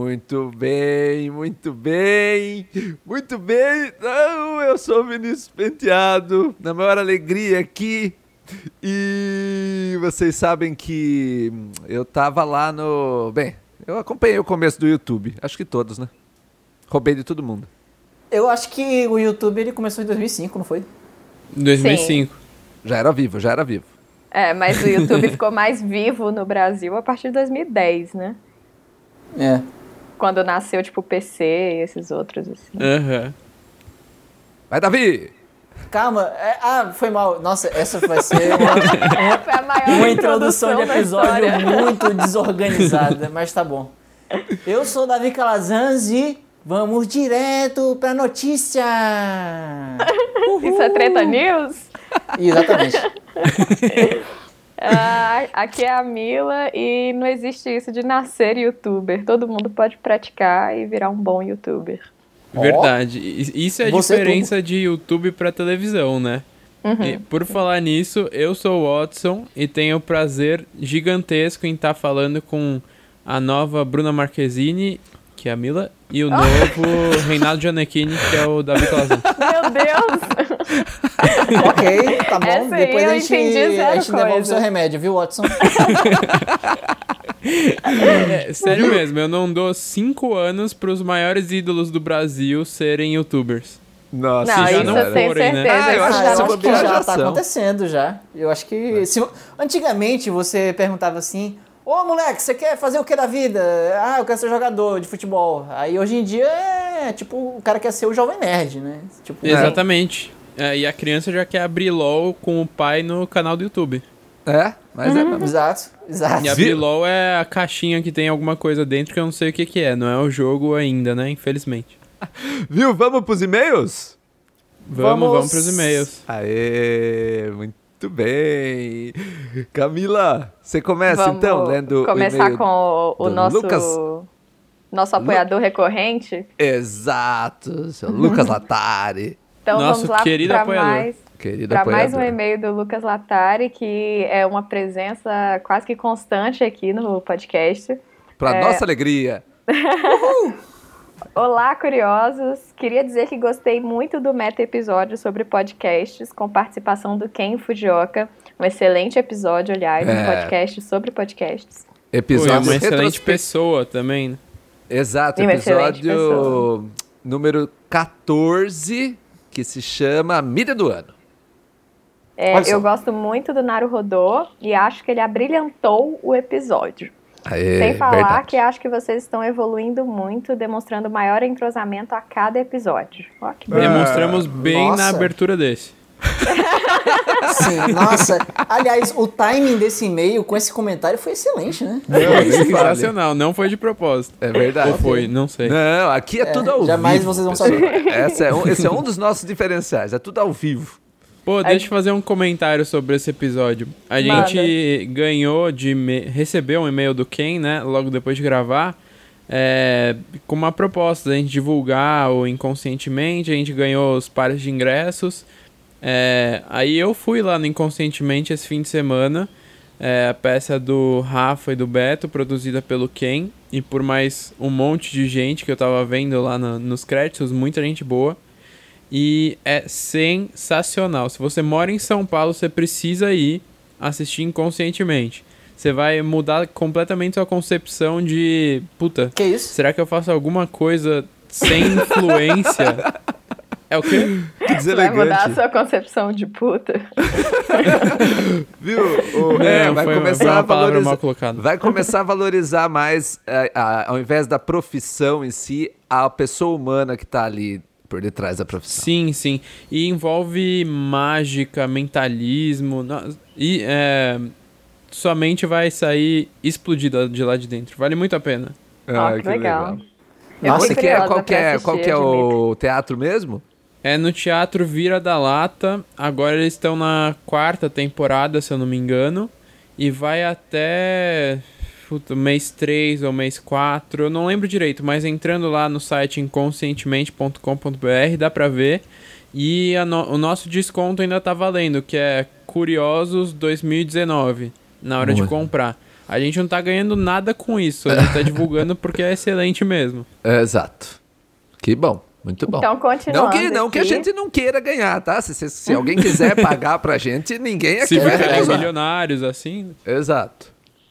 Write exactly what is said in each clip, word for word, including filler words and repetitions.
Muito bem, muito bem, muito bem. Não, eu sou o Vinícius Penteado, na maior alegria aqui. E vocês sabem que eu tava lá no... Bem, eu acompanhei o começo do YouTube, acho que todos, né? Roubei de todo mundo. Eu acho que o YouTube ele começou em dois mil e cinco, não foi? dois mil e cinco. Sim. Já era vivo, já era vivo. É, mas o YouTube ficou mais vivo no Brasil a partir de dois mil e dez, né? É. Quando nasceu, tipo, o P C e esses outros, assim. Aham. Uhum. Vai, Davi! Calma, é, ah, foi mal. Nossa, essa vai ser uma, uma, Foi a maior uma introdução de episódio história. Muito desorganizada, mas tá bom. Eu sou o Davi Calazans e vamos direto pra notícia! Isso é Treta News? Exatamente. Ah, aqui é a Mila e não existe isso de nascer youtuber. Todo mundo pode praticar e virar um bom youtuber. Verdade. Isso é a Você diferença tudo. de YouTube pra televisão, né? Uhum. E por falar nisso, eu sou o Watson e tenho o prazer gigantesco em estar falando com a nova Bruna Marquezine, que é a Mila, e o novo Reinaldo Gianecchini, que é o Davi Calazans. Meu Deus! Ok, tá bom. Essa aí Depois eu a gente, entendi zero a gente devolve o coisa. seu remédio, viu, Watson? É, sério mesmo, eu não dou cinco anos pros maiores ídolos do Brasil serem youtubers. Nossa, Não, já isso não eu tenho forem, né? certeza. Ah, eu que acho Ah, já eu que não acho que bobear já já tá são. acontecendo já. Eu acho que... Se, antigamente você perguntava assim... Ô, moleque, você quer fazer o que da vida? Ah, eu quero ser jogador de futebol. Aí hoje em dia é tipo, o cara quer ser o jovem nerd, né? Tipo, Exatamente. É, e a criança já quer abrir LOL com o pai no canal do YouTube. É, mas é mesmo. Exato, exato. E abrir LOL é a caixinha que tem alguma coisa dentro que eu não sei o que, que é. Não é o jogo ainda, né? Infelizmente. Viu? Vamos pros e-mails? Vamos, Vamos. vamos pros e-mails. Aê, muito bem. Camila, você começa Vamos então lendo começar o e-mail com o, o do nosso, Lucas? nosso apoiador recorrente. Exato, seu Lucas Latari. Então Nosso vamos lá querido para apoiador. mais, Querido pra mais um apoiador. e-mail do Lucas Latari, que é uma presença quase que constante aqui no podcast. Pra É. nossa alegria. Olá, curiosos! Queria dizer que gostei muito do meta-episódio sobre podcasts, com participação do Ken Fujioka. Um excelente episódio, aliás, É. um podcast sobre podcasts. Pô, é Episódio uma excelente retrospe- pessoa também, né? Exato, E uma excelente episódio pessoa. número catorze, que se chama Mídia do Ano. É, Olha só. eu gosto muito do Naruhodô e acho que ele abrilhantou o episódio. Aê, Sem falar verdade. que acho que vocês estão evoluindo muito, demonstrando maior entrosamento a cada episódio. Ó, que bom. Demonstramos bem nossa. na abertura desse. Sim, nossa. Aliás, o timing desse e-mail com esse comentário foi excelente, né? Não, nem fale. Sensacional, não foi de propósito. É verdade. Ou foi, não sei. Não, aqui é, tudo ao jamais vivo. vocês vão pessoal. saber. Essa é um, esse é um dos nossos diferenciais, é tudo ao vivo. Pô, deixa eu fazer um comentário sobre esse episódio. A gente ganhou de... me- recebeu um e-mail do Ken, né? Logo depois de gravar. É, com uma proposta da gente divulgar o Inconscientemente. A gente ganhou os pares de ingressos. É, aí eu fui lá no Inconscientemente esse fim de semana. É, a peça do Rafa e do Beto, produzida pelo Ken. E por mais um monte de gente que eu tava vendo lá no- nos créditos. Muita gente boa. E é sensacional. Se você mora em São Paulo, você precisa ir assistir Inconscientemente. Você vai mudar completamente sua concepção de... Puta, Que isso? será que eu faço alguma coisa sem influência? É o quê? Que Vai mudar a deselegante. sua concepção de puta. Viu? O- é, Não, vai foi- começar foi uma a palavra valorizar. mal colocada. Vai começar a valorizar mais, é, a- ao invés da profissão em si, a pessoa humana que tá ali por detrás da profissão. Sim, sim. E envolve mágica, mentalismo. no- E é, sua mente vai sair explodida de lá de dentro. Vale muito a pena. Ah, Ó, que legal. Eu Nossa, fiquei Onde que é? curiosa Qual que pra é, assistir, qual que é admito. o teatro mesmo? É no Teatro Vira da Lata. Agora eles estão na quarta temporada, se eu não me engano. E vai até puta, mês três ou mês quatro. Eu não lembro direito, mas entrando lá no site inconscientemente ponto com ponto b r dá pra ver. E a no- o nosso desconto ainda tá valendo, que é Curiosos dois mil e dezenove, na hora de Muito. comprar. A gente não tá ganhando nada com isso. A gente tá divulgando porque é excelente mesmo. É, exato. Que bom. Muito bom. Então, continuando Não que, não aqui. que a gente não queira ganhar, tá? Se, se, se alguém quiser pagar pra gente, ninguém aqui Se vai ficarem recusar. milionários assim... Exato.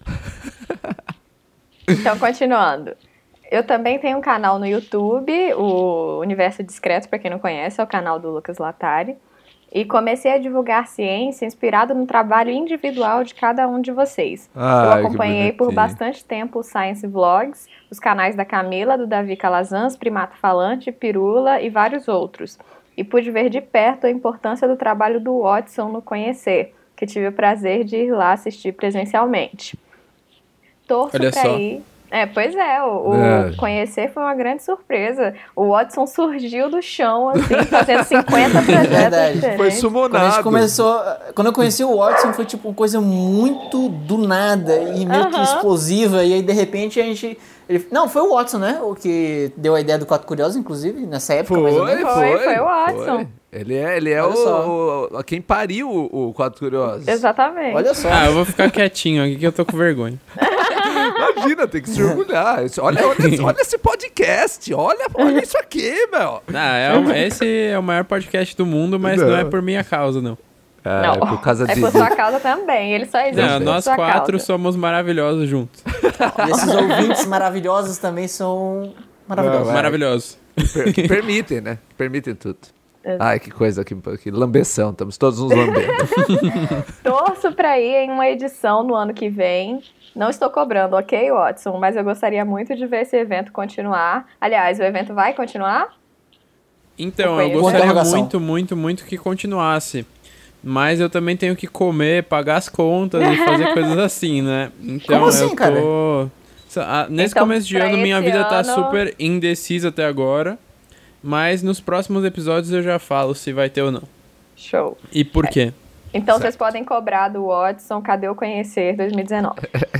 Então, continuando. Eu também tenho um canal no YouTube, o Universo Discreto, para quem não conhece, é o canal do Lucas Latari. E comecei a divulgar ciência inspirado no trabalho individual de cada um de vocês. Ai, Eu que acompanhei por bonitinho. bastante tempo os Science Vlogs, os canais da Camila, do Davi Calazans, Primato Falante, Pirula e vários outros. E pude ver de perto a importância do trabalho do Watson no Conhecer, que tive o prazer de ir lá assistir presencialmente. Torço Olha pra só. ir... É, pois é, o, o É. Conhecer foi uma grande surpresa. O Watson surgiu do chão, assim, fazendo cinquenta projetos Verdade. diferentes. Foi Quando a sumonado. gente começou, quando eu conheci o Watson foi tipo uma coisa muito do nada e meio que Aham. explosiva e aí de repente a gente, ele, não, foi o Watson, né, o que deu a ideia do Quatro Curiosos, inclusive, nessa época mais ou Foi, menos. foi. Foi, foi o Watson. foi. Ele é, ele é Olha o, o- quem pariu o, o Quatro Curiosos. Exatamente. Olha só. Ah, eu vou ficar quietinho aqui que eu tô com vergonha. Imagina, tem que se orgulhar. Isso- Olha, olha, olha esse podcast. Olha, olha isso aqui, meu. Ah, é o- esse é o maior podcast do mundo, mas não, Não. é por minha causa, não. É, Não, é por causa é de... por sua causa também. Ele só existe Não, por nós sua quatro causa. somos maravilhosos juntos. E esses ouvintes maravilhosos também são maravilhosos. Não, é. Maravilhosos. Per- que permitem, né? Permitem tudo. Exato. Ai, que coisa, que, que lambeção. Estamos todos nos lambendo. Torço pra ir em uma edição no ano que vem. Não estou cobrando, ok, Watson? Mas eu gostaria muito de ver esse evento continuar. Aliás, o evento vai continuar? Então, eu Boa gostaria interrogação. muito, muito, muito que continuasse. Mas eu também tenho que comer, pagar as contas e fazer coisas assim, né? Então Como assim, eu tô... cara? Ah, Nesse Então, começo de pra ano, minha esse vida tá ano- super indecisa até agora. Mas nos próximos episódios eu já falo se vai ter ou não. Show. E por quê? Então Certo. vocês podem cobrar do Watson Cadê o Conhecer dois mil e dezenove.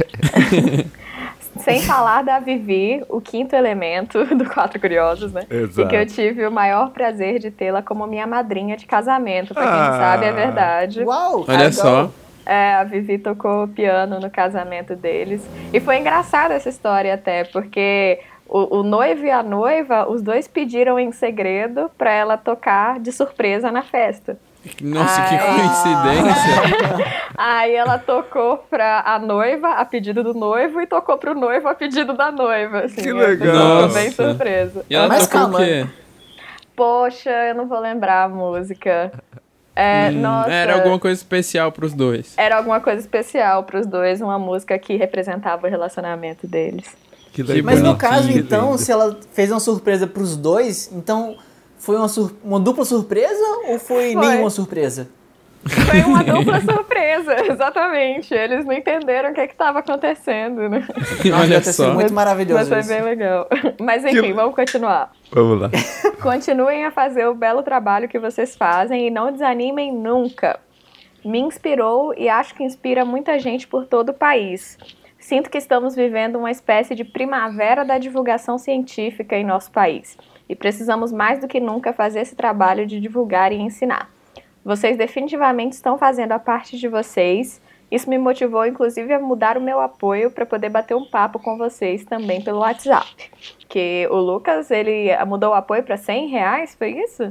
Sem falar da Vivi, o quinto elemento do Quatro Curiosos, né? Exato. E que eu tive o maior prazer de tê-la como minha madrinha de casamento. Pra quem não Ah. sabe, é verdade. Uau, que Olha legal. só. É, a Vivi tocou piano no casamento deles. E foi engraçada essa história até, porque o, o noivo e a noiva, os dois pediram em segredo pra ela tocar de surpresa na festa. Nossa, que Ai. coincidência. Aí ela tocou pra a noiva a pedido do noivo e tocou pro noivo a pedido da noiva. Assim, Que eu legal. tô Nossa. bem surpresa. E ela Mas tocou calma. o quê? Poxa, eu não vou lembrar a música. É, Hum, nossa, Era alguma coisa especial pros dois. era alguma coisa especial pros dois, uma música que representava o relacionamento deles. Que Mas no bonitinho, caso, que então, lindo. se ela fez uma surpresa pros dois, então foi uma, sur- uma dupla surpresa ou foi, Foi. nenhuma surpresa? Foi uma dupla surpresa, exatamente. Eles não entenderam o que estava acontecendo, né? Nossa, Olha deve ter sido só. muito maravilhoso Mas foi isso. bem legal. Mas enfim, vamos continuar. Vamos lá. Continuem a fazer o belo trabalho que vocês fazem e não desanimem nunca. Me inspirou e acho que inspira muita gente por todo o país. Sinto que estamos vivendo uma espécie de primavera da divulgação científica em nosso país. E precisamos mais do que nunca fazer esse trabalho de divulgar e ensinar. Vocês definitivamente estão fazendo a parte de vocês. Isso me motivou, inclusive, a mudar o meu apoio para poder bater um papo com vocês também pelo WhatsApp. Que o Lucas, ele mudou o apoio para cem reais, foi isso?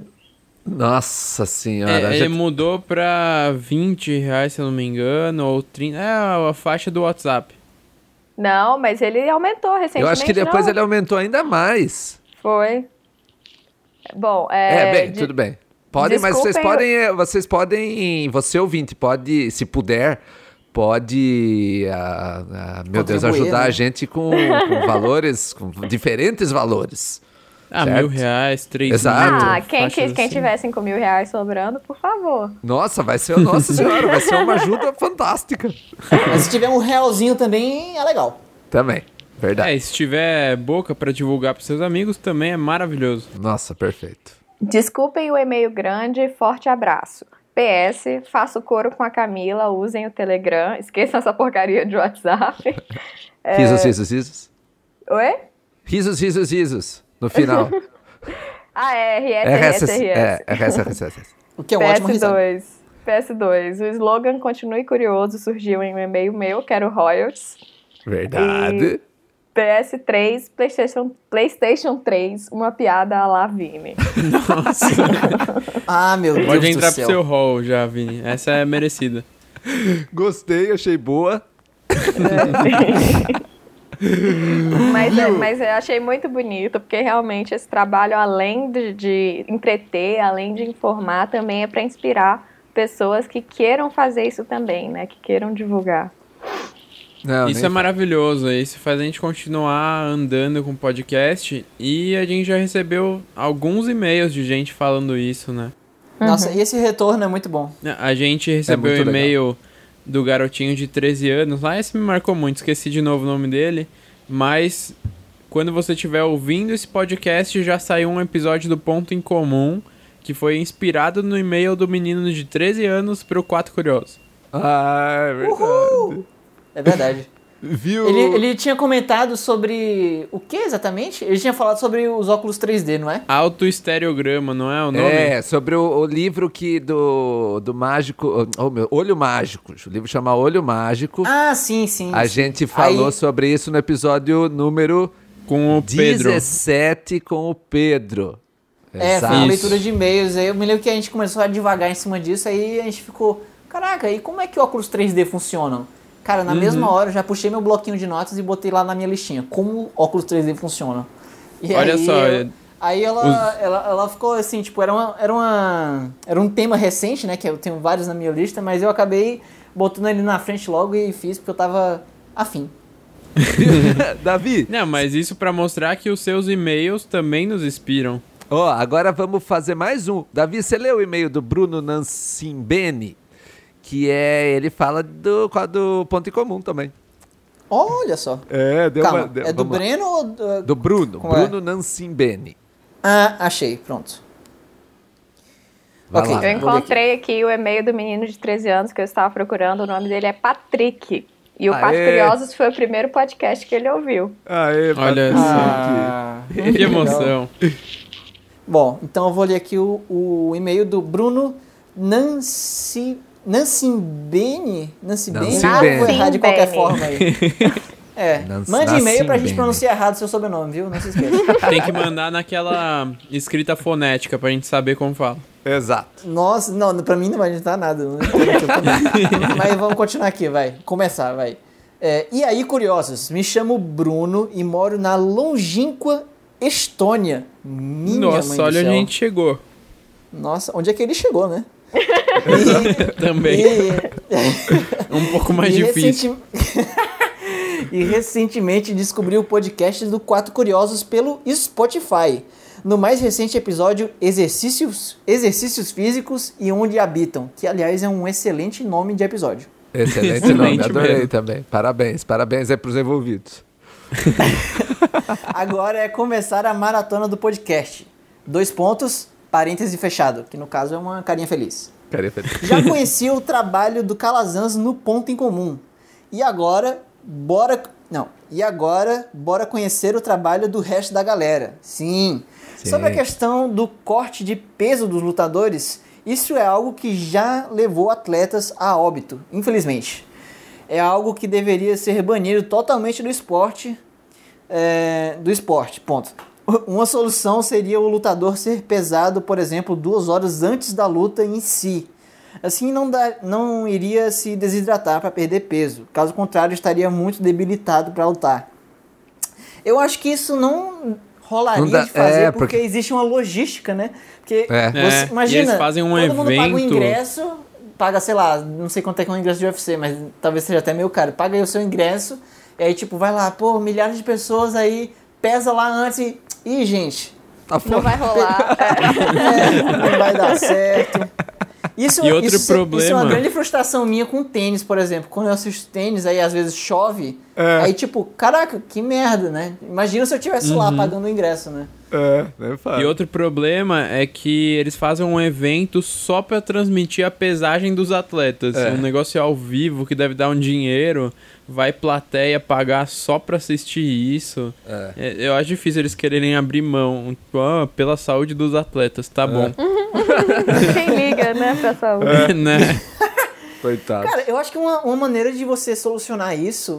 Nossa senhora. É, já- ele mudou pra vinte reais, se eu não me engano, ou trinta. É a faixa do WhatsApp. Não, mas ele aumentou recentemente. Eu acho que depois não? ele aumentou ainda mais. Foi. Bom, é... É, bem, de- tudo bem. Podem, mas vocês Desculpem, podem, eh, vocês podem, você ouvinte, pode, se puder, pode, ah, ah, meu Deus, Contribuir, ajudar né? a gente com, com valores, com diferentes valores. Ah, Certo. mil reais, três Exato. mil. Ah, quem, faixas que, quem assim. tiver cinco mil reais sobrando, por favor. Nossa, vai ser, nossa senhora, vai ser uma ajuda fantástica. Mas se tiver um realzinho também, é legal. Também, verdade. É, e se tiver boca pra divulgar pros seus amigos, também é maravilhoso. Nossa, perfeito. Desculpem o e-mail grande, forte abraço. P S, faço coro com a Camila, usem o Telegram, esqueçam essa porcaria de WhatsApp. É... Risos, risos, risos. Oi? Risos, risos, risos. No final. Ah, é, R S, É, R S, R S. é, é, R S, R S, R S. O que é um ótimo risada. P S dois. P S dois. O slogan Continue Curioso surgiu em um e-mail meu, quero royalties. Verdade. E P S três, PlayStation, PlayStation três, uma piada à la Vini. Nossa. Ah, meu Deus Pode entrar do pro céu. seu hall já, Vini. Essa é merecida. Gostei, achei boa. mas, é, mas eu achei muito bonito, porque realmente esse trabalho, além de, de entreter, além de informar, também é para inspirar pessoas que queiram fazer isso também, né? Que queiram divulgar. Não, Isso nem é maravilhoso, isso faz a gente continuar andando com o podcast e a gente já recebeu alguns e-mails de gente falando isso, né? Nossa, e esse retorno é muito bom. A gente recebeu um muito e-mail do garotinho de treze anos lá, esse me marcou muito, esqueci de novo o nome dele, mas quando você estiver ouvindo esse podcast já saiu um episódio do Ponto em Comum que foi inspirado no e-mail do menino de treze anos pro Quatro Curiosos. Ah, é verdade. Uhul! É verdade. Viu? Ele, ele tinha comentado sobre... O que exatamente? Ele tinha falado sobre os óculos três D, não é? Autoestereograma, não é o nome? É, sobre o, o livro que do, do mágico... Oh, meu, Olho Mágico. O livro chama Olho Mágico. Ah, sim, sim. A sim. gente falou Aí- sobre isso no episódio número Com o Pedro. dezessete com o Pedro. É, foi Exato. uma leitura de e-mails. Aí eu me lembro que a gente começou a devagar em cima disso, aí a gente ficou... Caraca, e como é que óculos três D funcionam? Cara, na Uhum. mesma hora eu já puxei meu bloquinho de notas e botei lá na minha listinha. Como óculos três D funcionam. E Olha aí, só, eu- é- Aí ela, Os- ela, ela ficou assim, tipo, era, uma, era, uma, era um tema recente, né? Que eu tenho vários na minha lista, mas eu acabei botando ele na frente logo e fiz porque eu tava afim. Davi, Não, mas isso pra mostrar que os seus e-mails também nos inspiram. ó, agora vamos fazer mais um. Davi, você leu o e-mail do Bruno Nancimbeni? Que é, ele fala do, do Ponto em Comum também. Olha só. É, deu Calma, uma... Deu, é do vamos lá. Breno ou do... Do Bruno, Como é? Bruno Nancimbeni. Ah, achei, pronto. Vai Ok. lá. Eu Vou ler aqui. encontrei aqui o e-mail do menino de treze anos que eu estava procurando, o nome dele é Patrick. E o Aê. Quatro Curiosos foi o primeiro podcast que ele ouviu. Aê, Olha Patrick. Ah, Que emoção. Bom, então eu vou ler aqui o, o e-mail do Bruno Nanci... Nancimbeni? Nancimbeni? Nancimbeni. Eu vou errar de qualquer Nancimbeni. forma aí. É, Nas- mande e-mail pra gente Nacimbeni. pronunciar errado o seu sobrenome, viu? Não se esqueça. Tem que mandar naquela escrita fonética pra gente saber como fala. Exato. Nossa, não, pra mim não vai adiantar nada. Não entendo o que eu tô- Mas vamos continuar aqui, vai. Começar, vai. É, e aí, curiosos, me chamo Bruno e moro na longínqua Estônia. Minha mãe Nossa, do olha onde céu. a gente chegou. Nossa, onde é que ele chegou, né? Também. E, Um pouco mais e difícil. recenti- e recentemente descobri o podcast do Quatro Curiosos pelo Spotify. No mais recente episódio, Exercícios, Exercícios Físicos e Onde Habitam, que aliás é um excelente nome de episódio. Excelente, Excelente nome, adorei mesmo. também. Parabéns, parabéns aí pros envolvidos. Agora é começar a maratona do podcast. Dois pontos, parêntese fechado, que no caso é uma carinha feliz. Queria feliz. Já conhecia o trabalho do Calazans no Ponto em Comum. E agora, bora... Não. E agora, bora conhecer o trabalho do resto da galera. Sim. Sim. Sobre a questão do corte de peso dos lutadores, isso é algo que já levou atletas a óbito, infelizmente. É algo que deveria ser banido totalmente do esporte. É, do esporte, ponto. Uma solução seria o lutador ser pesado, por exemplo, duas horas antes da luta em si. Assim não, dá, não iria se desidratar para perder peso. Caso contrário, estaria muito debilitado para lutar. Eu acho que isso não rolaria Não dá- de fazer é, porque... porque- existe uma logística, né? Porque É. você É, imagina, e eles fazem um todo mundo paga um evento- ingresso, paga, sei lá, não sei quanto é que é um ingresso de U F C, mas talvez seja até meio caro. Paga aí o seu ingresso, e aí tipo, vai lá, pô, milhares de pessoas aí, pesa lá antes e... Ih, gente, Tá Não fora. vai rolar. é, não vai dar certo. Isso, E outro isso, isso é problema- uma grande frustração minha com tênis, por exemplo. Quando eu assisto tênis, aí às vezes chove, É. aí tipo, caraca, que merda, né? Imagina se eu estivesse lá pagando o ingresso, né? É, nem fala. E outro problema é que eles fazem um evento só pra transmitir a pesagem dos atletas. É. Um negócio ao vivo que deve dar um dinheiro. Vai plateia pagar só pra assistir isso. É. É, eu acho difícil eles quererem abrir mão. Tipo, ah, pela saúde dos atletas, tá bom. Quem liga, né, pra saúde? né? Coitado. Cara, eu acho que uma, uma maneira de você solucionar isso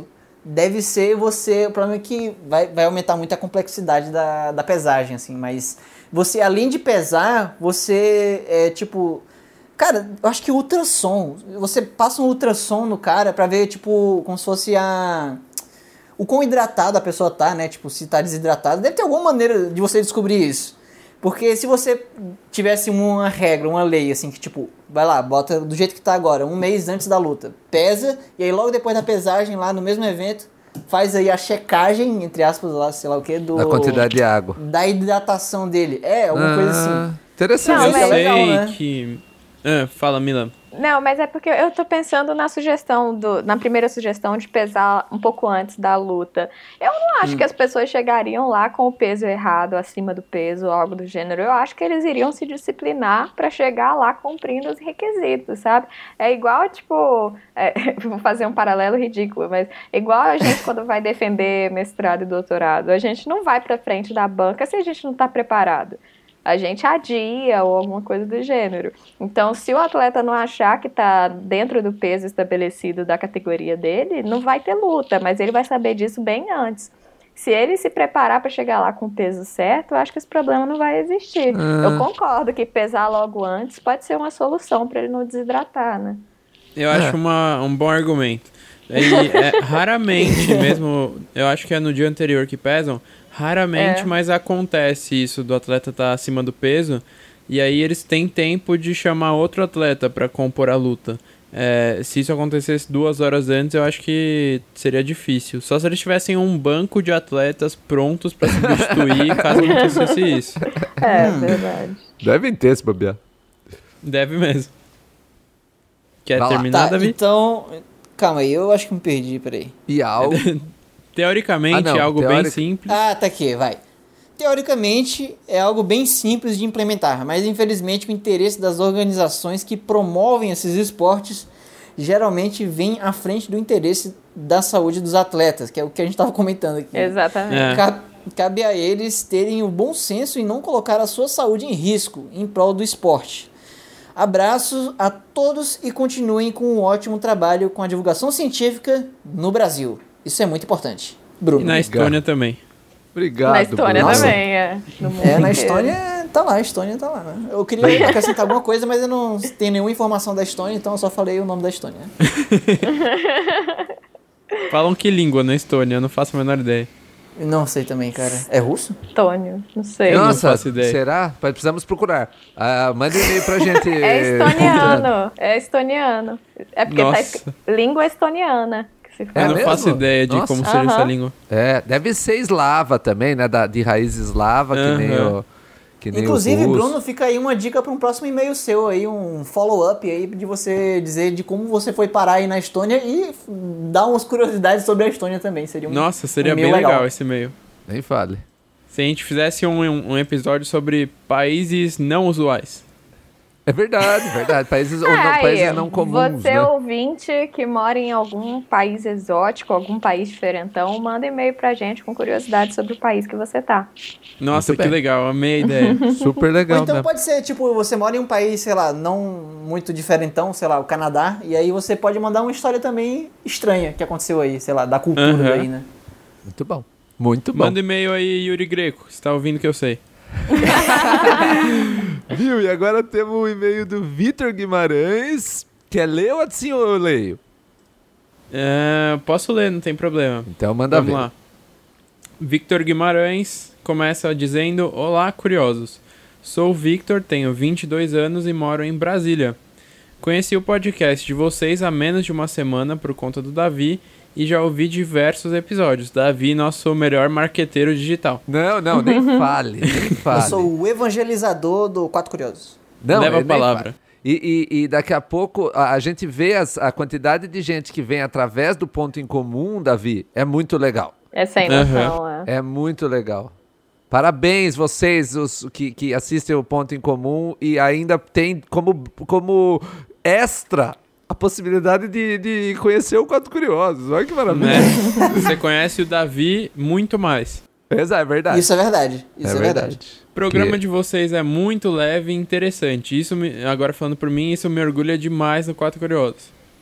deve ser você... O problema é que vai, vai aumentar muito a complexidade da, da pesagem, assim, mas você, além de pesar, você é tipo... Cara, eu acho que ultrassom, você passa um ultrassom no cara pra ver, tipo, como se fosse a... o quão hidratada a pessoa tá, né? Tipo, se tá desidratada. Deve ter alguma maneira de você descobrir isso. Porque se você tivesse uma regra, uma lei, assim, que tipo, vai lá, bota do jeito que tá agora, um mês antes da luta, pesa, e aí logo depois da pesagem, lá no mesmo evento, faz aí a checagem, entre aspas, lá, sei lá o que, do... Da quantidade de água. Da hidratação dele. É, alguma ah, coisa assim. Interessante. Não, eu Isso é sei legal, né? que... Ah, fala, Mila. Não, mas é porque eu tô pensando na sugestão, do, na primeira sugestão de pesar um pouco antes da luta. Eu não acho hum. que as pessoas chegariam lá com o peso errado, acima do peso, algo do gênero. Eu acho que eles iriam se disciplinar pra chegar lá cumprindo os requisitos, sabe? É igual, tipo... É, vou fazer um paralelo ridículo, mas é igual a gente quando vai defender mestrado e doutorado. A gente não vai pra frente da banca se a gente não tá preparado. A gente adia ou alguma coisa do gênero. Então, se o atleta não achar que está dentro do peso estabelecido da categoria dele, não vai ter luta, mas ele vai saber disso bem antes. Se ele se preparar para chegar lá com o peso certo, eu acho que esse problema não vai existir. Ah. Eu concordo que pesar logo antes pode ser uma solução para ele não desidratar, né? Eu acho é. uma, um bom argumento. E, é, raramente, mesmo, eu acho que é no dia anterior que pesam, raramente, é. mas acontece isso do atleta estar tá acima do peso, e aí eles têm tempo de chamar outro atleta para compor a luta. É, se isso acontecesse duas horas antes, eu acho que seria difícil. Só se eles tivessem um banco de atletas prontos para substituir caso acontecesse isso. É, verdade. Devem ter esse bobear. Deve mesmo. Quer Vai terminar, tá, Davi? Então, calma aí, eu acho que me perdi, peraí. E algo... Teoricamente, ah, não, é algo teoric... bem simples. Ah, tá aqui, vai. Teoricamente, é algo bem simples de implementar, mas infelizmente o interesse das organizações que promovem esses esportes geralmente vem à frente do interesse da saúde dos atletas, que é o que a gente estava comentando aqui. Exatamente. É. Cabe, cabe a eles terem o bom senso e não colocar a sua saúde em risco em prol do esporte. Abraços a todos e continuem com um ótimo trabalho com a divulgação científica no Brasil. Isso é muito importante. Bruno. E na Estônia também. Obrigado, Na Estônia Bruno. também, é. No mundo É, na inteiro. Estônia tá lá, a Estônia tá lá, né? Eu queria acrescentar alguma coisa, mas eu não tenho nenhuma informação da Estônia, então eu só falei o nome da Estônia. Falam que língua na Estônia? Eu não faço a menor ideia. Não sei também, cara. É russo? Estônio, não sei. Eu não Nossa, faço ideia. será? Precisamos procurar. Uh, manda um e-mail pra gente. É estoniano, é estoniano. É porque Nossa. tá escrito língua estoniana. É eu não mesmo? faço ideia de Nossa. como seria Aham. essa língua. É, deve ser eslava também, né? Da, de raiz eslava, que nem Aham. o. Que nem Inclusive, o russo. Bruno, fica aí uma dica para um próximo e-mail seu aí, um follow-up aí de você dizer de como você foi parar aí na Estônia e dar umas curiosidades sobre a Estônia também. Seria um Nossa, seria um bem e-mail legal. legal esse e-mail. Nem fale. Se a gente fizesse um, um, um episódio sobre países não usuais. É verdade, verdade. Países, ou não, Aí, países não comuns, você né? ouvinte que mora em algum país exótico, algum país diferentão, manda e-mail pra gente com curiosidades sobre o país que você tá. Nossa, Muito que bem. legal. Amei a ideia. Super Ou legal, então né? pode ser, tipo, você mora em um país, sei lá, não muito diferentão, sei lá, o Canadá, e aí você pode mandar uma história também estranha que aconteceu aí, sei lá, da cultura Aham. daí, né? Muito bom. Muito bom. Manda e-mail aí, Yuri Greco. Você tá ouvindo que eu sei. Viu? E agora temos o e-mail do Vitor Guimarães. Quer ler ou assim eu leio? É, posso ler, não tem problema. Então manda Vamos ver. lá. Victor Guimarães começa dizendo: Olá, curiosos. Sou o Victor, tenho vinte e dois anos e moro em Brasília. Conheci o podcast de vocês há menos de uma semana por conta do Davi e já ouvi diversos episódios. Davi, nosso melhor marqueteiro digital. Não, não, nem fale, nem fale. Eu sou o evangelizador do Quatro Curiosos. Não, Leva a ele nem palavra. fala. E, e, e daqui a pouco a, a gente vê as, a quantidade de gente que vem através do ponto em comum, Davi, é muito legal. É sem noção, é. É muito legal. Parabéns vocês os que, que assistem o Ponto em Comum e ainda tem como, como extra a possibilidade de, de conhecer o Quatro Curiosos. Olha que maravilha. Né? Você conhece o Davi muito mais. Exato, é verdade. Isso é verdade. Isso é, é verdade. verdade. O programa Que- de vocês é muito leve e interessante. Isso me- agora falando por mim, isso me orgulha demais no Quatro Curiosos.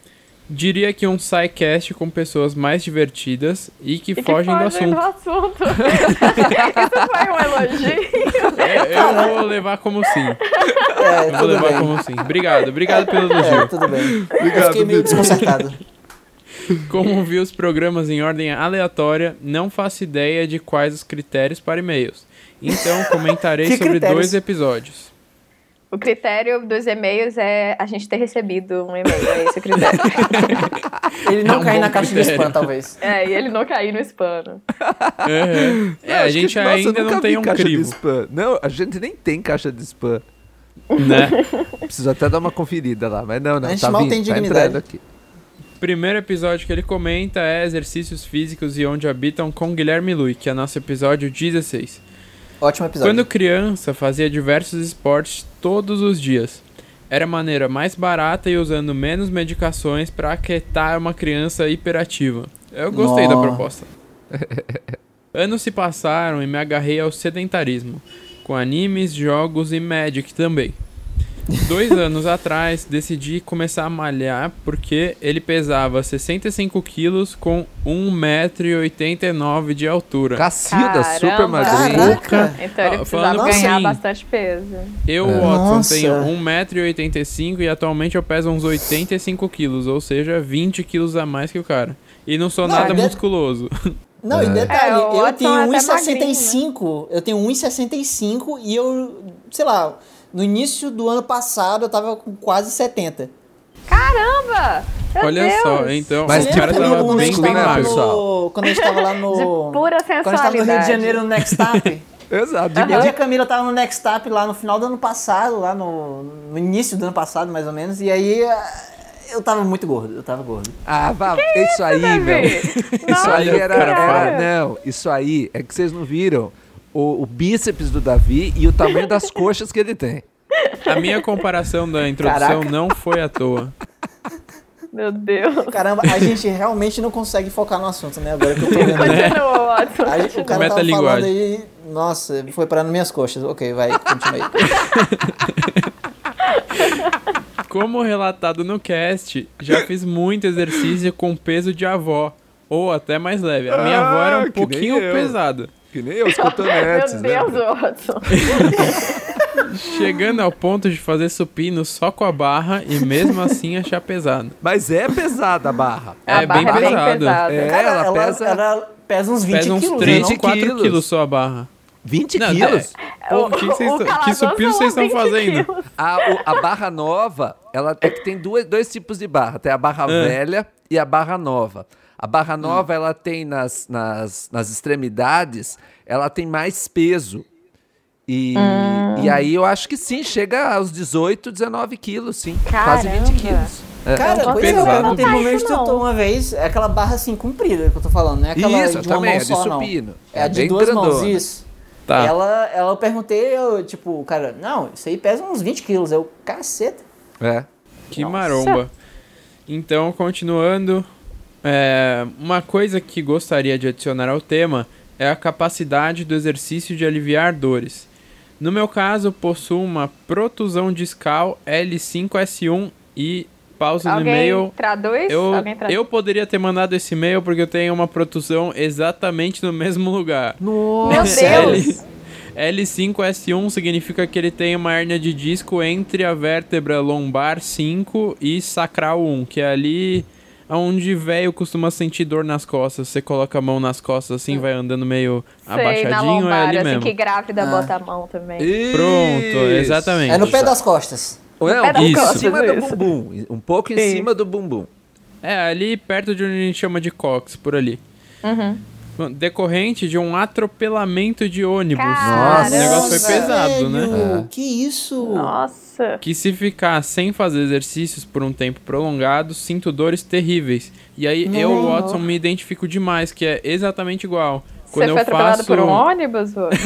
Diria que um SciCast com pessoas mais divertidas e que, E que fogem do fogem assunto. do assunto. Isso foi um elogio. É, eu vou levar como sim. É, Eu vou tudo levar bem. como sim. Obrigado, obrigado pelo É, elogio. tudo bem. Obrigado, Eu fiquei meio Vitor. desconcertado. Como vi os programas em ordem aleatória, não faço ideia de quais os critérios para e-mails. Então comentarei Que sobre critérios? dois episódios. O critério dos e-mails é a gente ter recebido um e-mail, é esse o critério. Ele não É um cair bom na caixa de critério. spam, talvez. É, e ele não cair no spam. Uhum. É, a Acho gente que, nossa, eu ainda nunca não tem vi um caixa crivo, de spam. Não, a gente nem tem caixa de spam. né? Preciso até dar uma conferida lá, mas não, não, A gente tá mal vindo, tem tá dignidade. entrando aqui. Primeiro episódio que ele comenta é Exercícios Físicos e Onde Habitam com Guilherme Lui, que é nosso episódio dezesseis. Ótimo episódio. Quando criança, fazia diversos esportes todos os dias. Era a maneira mais barata e usando menos medicações para aquietar uma criança hiperativa. Eu gostei da Nó. proposta. Anos se passaram e me agarrei ao sedentarismo, com animes, jogos e Magic também. Dois anos atrás, decidi começar a malhar porque ele pesava sessenta e cinco quilos com um metro e oitenta e nove de altura. Cacilda, super Caramba. magrinho. Caraca. Então ele Ah, precisava falando ganhar assim, bastante peso. Eu, É. Watson, Nossa. tenho um metro e oitenta e cinco e atualmente eu peso uns oitenta e cinco quilos, ou seja, vinte quilos a mais que o cara. E não sou Não, nada ele é- musculoso. Não, e É. detalhe, É, o eu Watson tenho é até um e sessenta e cinco. magrinho, Eu tenho um e sessenta e cinco e eu, sei lá, no início do ano passado eu tava com quase setenta. Caramba! Meu Olha Deus. só, então Mas o tipo, cara eu tava não quando a bem, gente músculo, bem tava né, magro. pessoal? no, quando a gente tava lá no... De pura Quando a gente tava no Rio de sensualidade. Janeiro no Next Tap. Exato, Eu de e a Camila tava no Next Tap lá no final do ano passado, lá no, no início do ano passado, mais ou menos, e aí eh, eu tava muito gordo, eu tava gordo. Ah, vá, isso aí, Davi? meu. Isso Nossa, aí era, cara, era- Não, isso aí é que vocês não viram o, o bíceps do Davi e o tamanho das coxas que ele tem. A minha comparação da introdução Caraca. não foi à toa. Meu Deus. Caramba, a gente realmente não consegue focar no assunto, né? Agora que eu tô vendo. Continua, Watson. A gente- o cara tava Metalinguagem. falando aí, nossa, foi parar nas minhas coxas. Ok, vai, continua aí. Como relatado no cast, já fiz muito exercício com peso de avó, ou até mais leve. A minha avó era Ah, um que nem pouquinho eu. pesada. Que nem os cotonetes, Meu né? Deus, Watson. Chegando ao ponto de fazer supino só com a barra e mesmo assim achar pesado. Mas é pesada a barra. É A bem barra pesado. É, Cara, ela ela, pesa ela pesa uns vinte Pesa uns quilos, três, né? vinte quatro quilos. quilos só a barra. vinte Não, quilos. Pô, que, vocês O- o tão- que calazão supino são vocês estão vinte fazendo? quilos. A, o- a barra nova, ela é que tem duas, dois tipos de barra. Tem a barra É. velha e a barra nova. A barra nova, ela tem nas, nas, nas extremidades, ela tem mais peso. E, e aí eu acho que sim, chega aos dezoito, dezenove quilos, sim. Quase vinte Caramba. quilos. É. Cara, É um pois é, eu pesado. perguntei pro meu Não faz isso, instrutor não. uma vez, é aquela barra assim comprida que eu tô falando, não é aquela Isso, de uma também, mão é de só, não. supino. É a É de bem duas grandona. mãos, isso. Tá. Ela, ela eu perguntei, eu, tipo, o cara, não, isso aí pesa uns vinte quilos. Eu, caceta. É. Que Nossa. maromba. Então, continuando, é, uma coisa que gostaria de adicionar ao tema é a capacidade do exercício de aliviar dores. No meu caso, possuo uma protusão discal L cinco S um e pausa no Alguém e-mail. traduz? Eu, Alguém traduz? eu poderia ter mandado esse e-mail porque eu tenho uma protusão exatamente no mesmo lugar. Meu L, Deus. L cinco S um significa que ele tem uma hérnia de disco entre a vértebra lombar cinco e sacral um, que é ali onde velho costuma sentir dor nas costas. Você coloca a mão nas costas assim, vai andando meio Sei, na abaixadinho, é lombar, ali assim mesmo. que grávida Ah. bota a mão também. Pronto, exatamente. É no pé das costas. Não, pé das um pouco em costas, cima do isso. bumbum. Um pouco em Sim. cima do bumbum. É, ali perto de onde a gente chama de cox, por ali. Uhum. Bom, decorrente de um atropelamento de ônibus. Caramba. O negócio foi pesado, né? Velho, Que isso? Nossa. Que se ficar sem fazer exercícios por um tempo prolongado, sinto dores terríveis. E aí eu, Não. Watson, me identifico demais, que é exatamente igual. Você Quando foi eu atropelado faço... por um ônibus? Ou-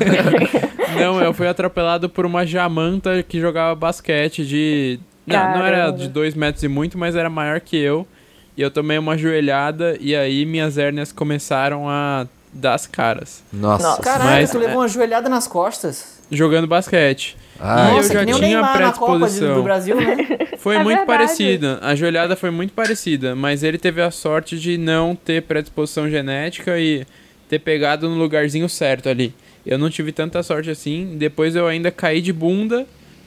Não. Não, eu fui atropelado por uma jamanta que jogava basquete de... Não, não era Caramba. de dois metros e muito, mas era maior que eu. E eu tomei uma joelhada e aí minhas hérnias começaram a dar as caras. Nossa. Nossa. Caraca, Mas- tu levou uma joelhada nas costas. Jogando basquete. Ah, Nossa, eu já que nem o tinha Neymar na Copa de- predisposição. do Brasil, né? Foi É muito verdade. parecida. A joelhada foi muito parecida, mas ele teve a sorte de não ter predisposição genética e ter pegado no lugarzinho certo ali. Eu não tive tanta sorte assim. Depois eu ainda caí de bunda,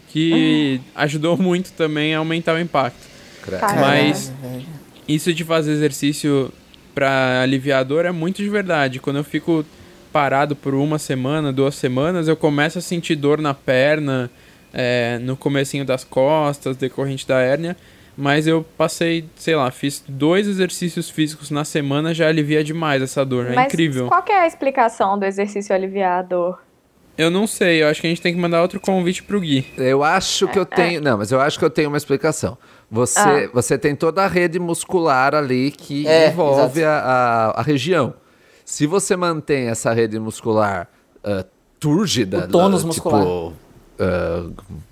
que ajudou muito também a aumentar o impacto. Credo. Mas Caralho, velho. isso de fazer exercício pra aliviar a dor é muito de verdade. Quando eu fico parado por uma semana, duas semanas, eu começo a sentir dor na perna, é, no comecinho das costas, decorrente da hérnia. Mas eu passei, sei lá, fiz dois exercícios físicos na semana, já alivia demais essa dor. É Mas incrível. qual que é a explicação do exercício aliviador? Eu não sei, eu acho que a gente tem que mandar outro convite pro Gui. Eu acho que eu tenho. Não, mas eu acho que eu tenho uma explicação. Você, Ah. você tem toda a rede muscular ali que É, envolve a, a, a região. Se você mantém essa rede muscular ah, túrgida, O tônus ah, muscular. tipo, ah,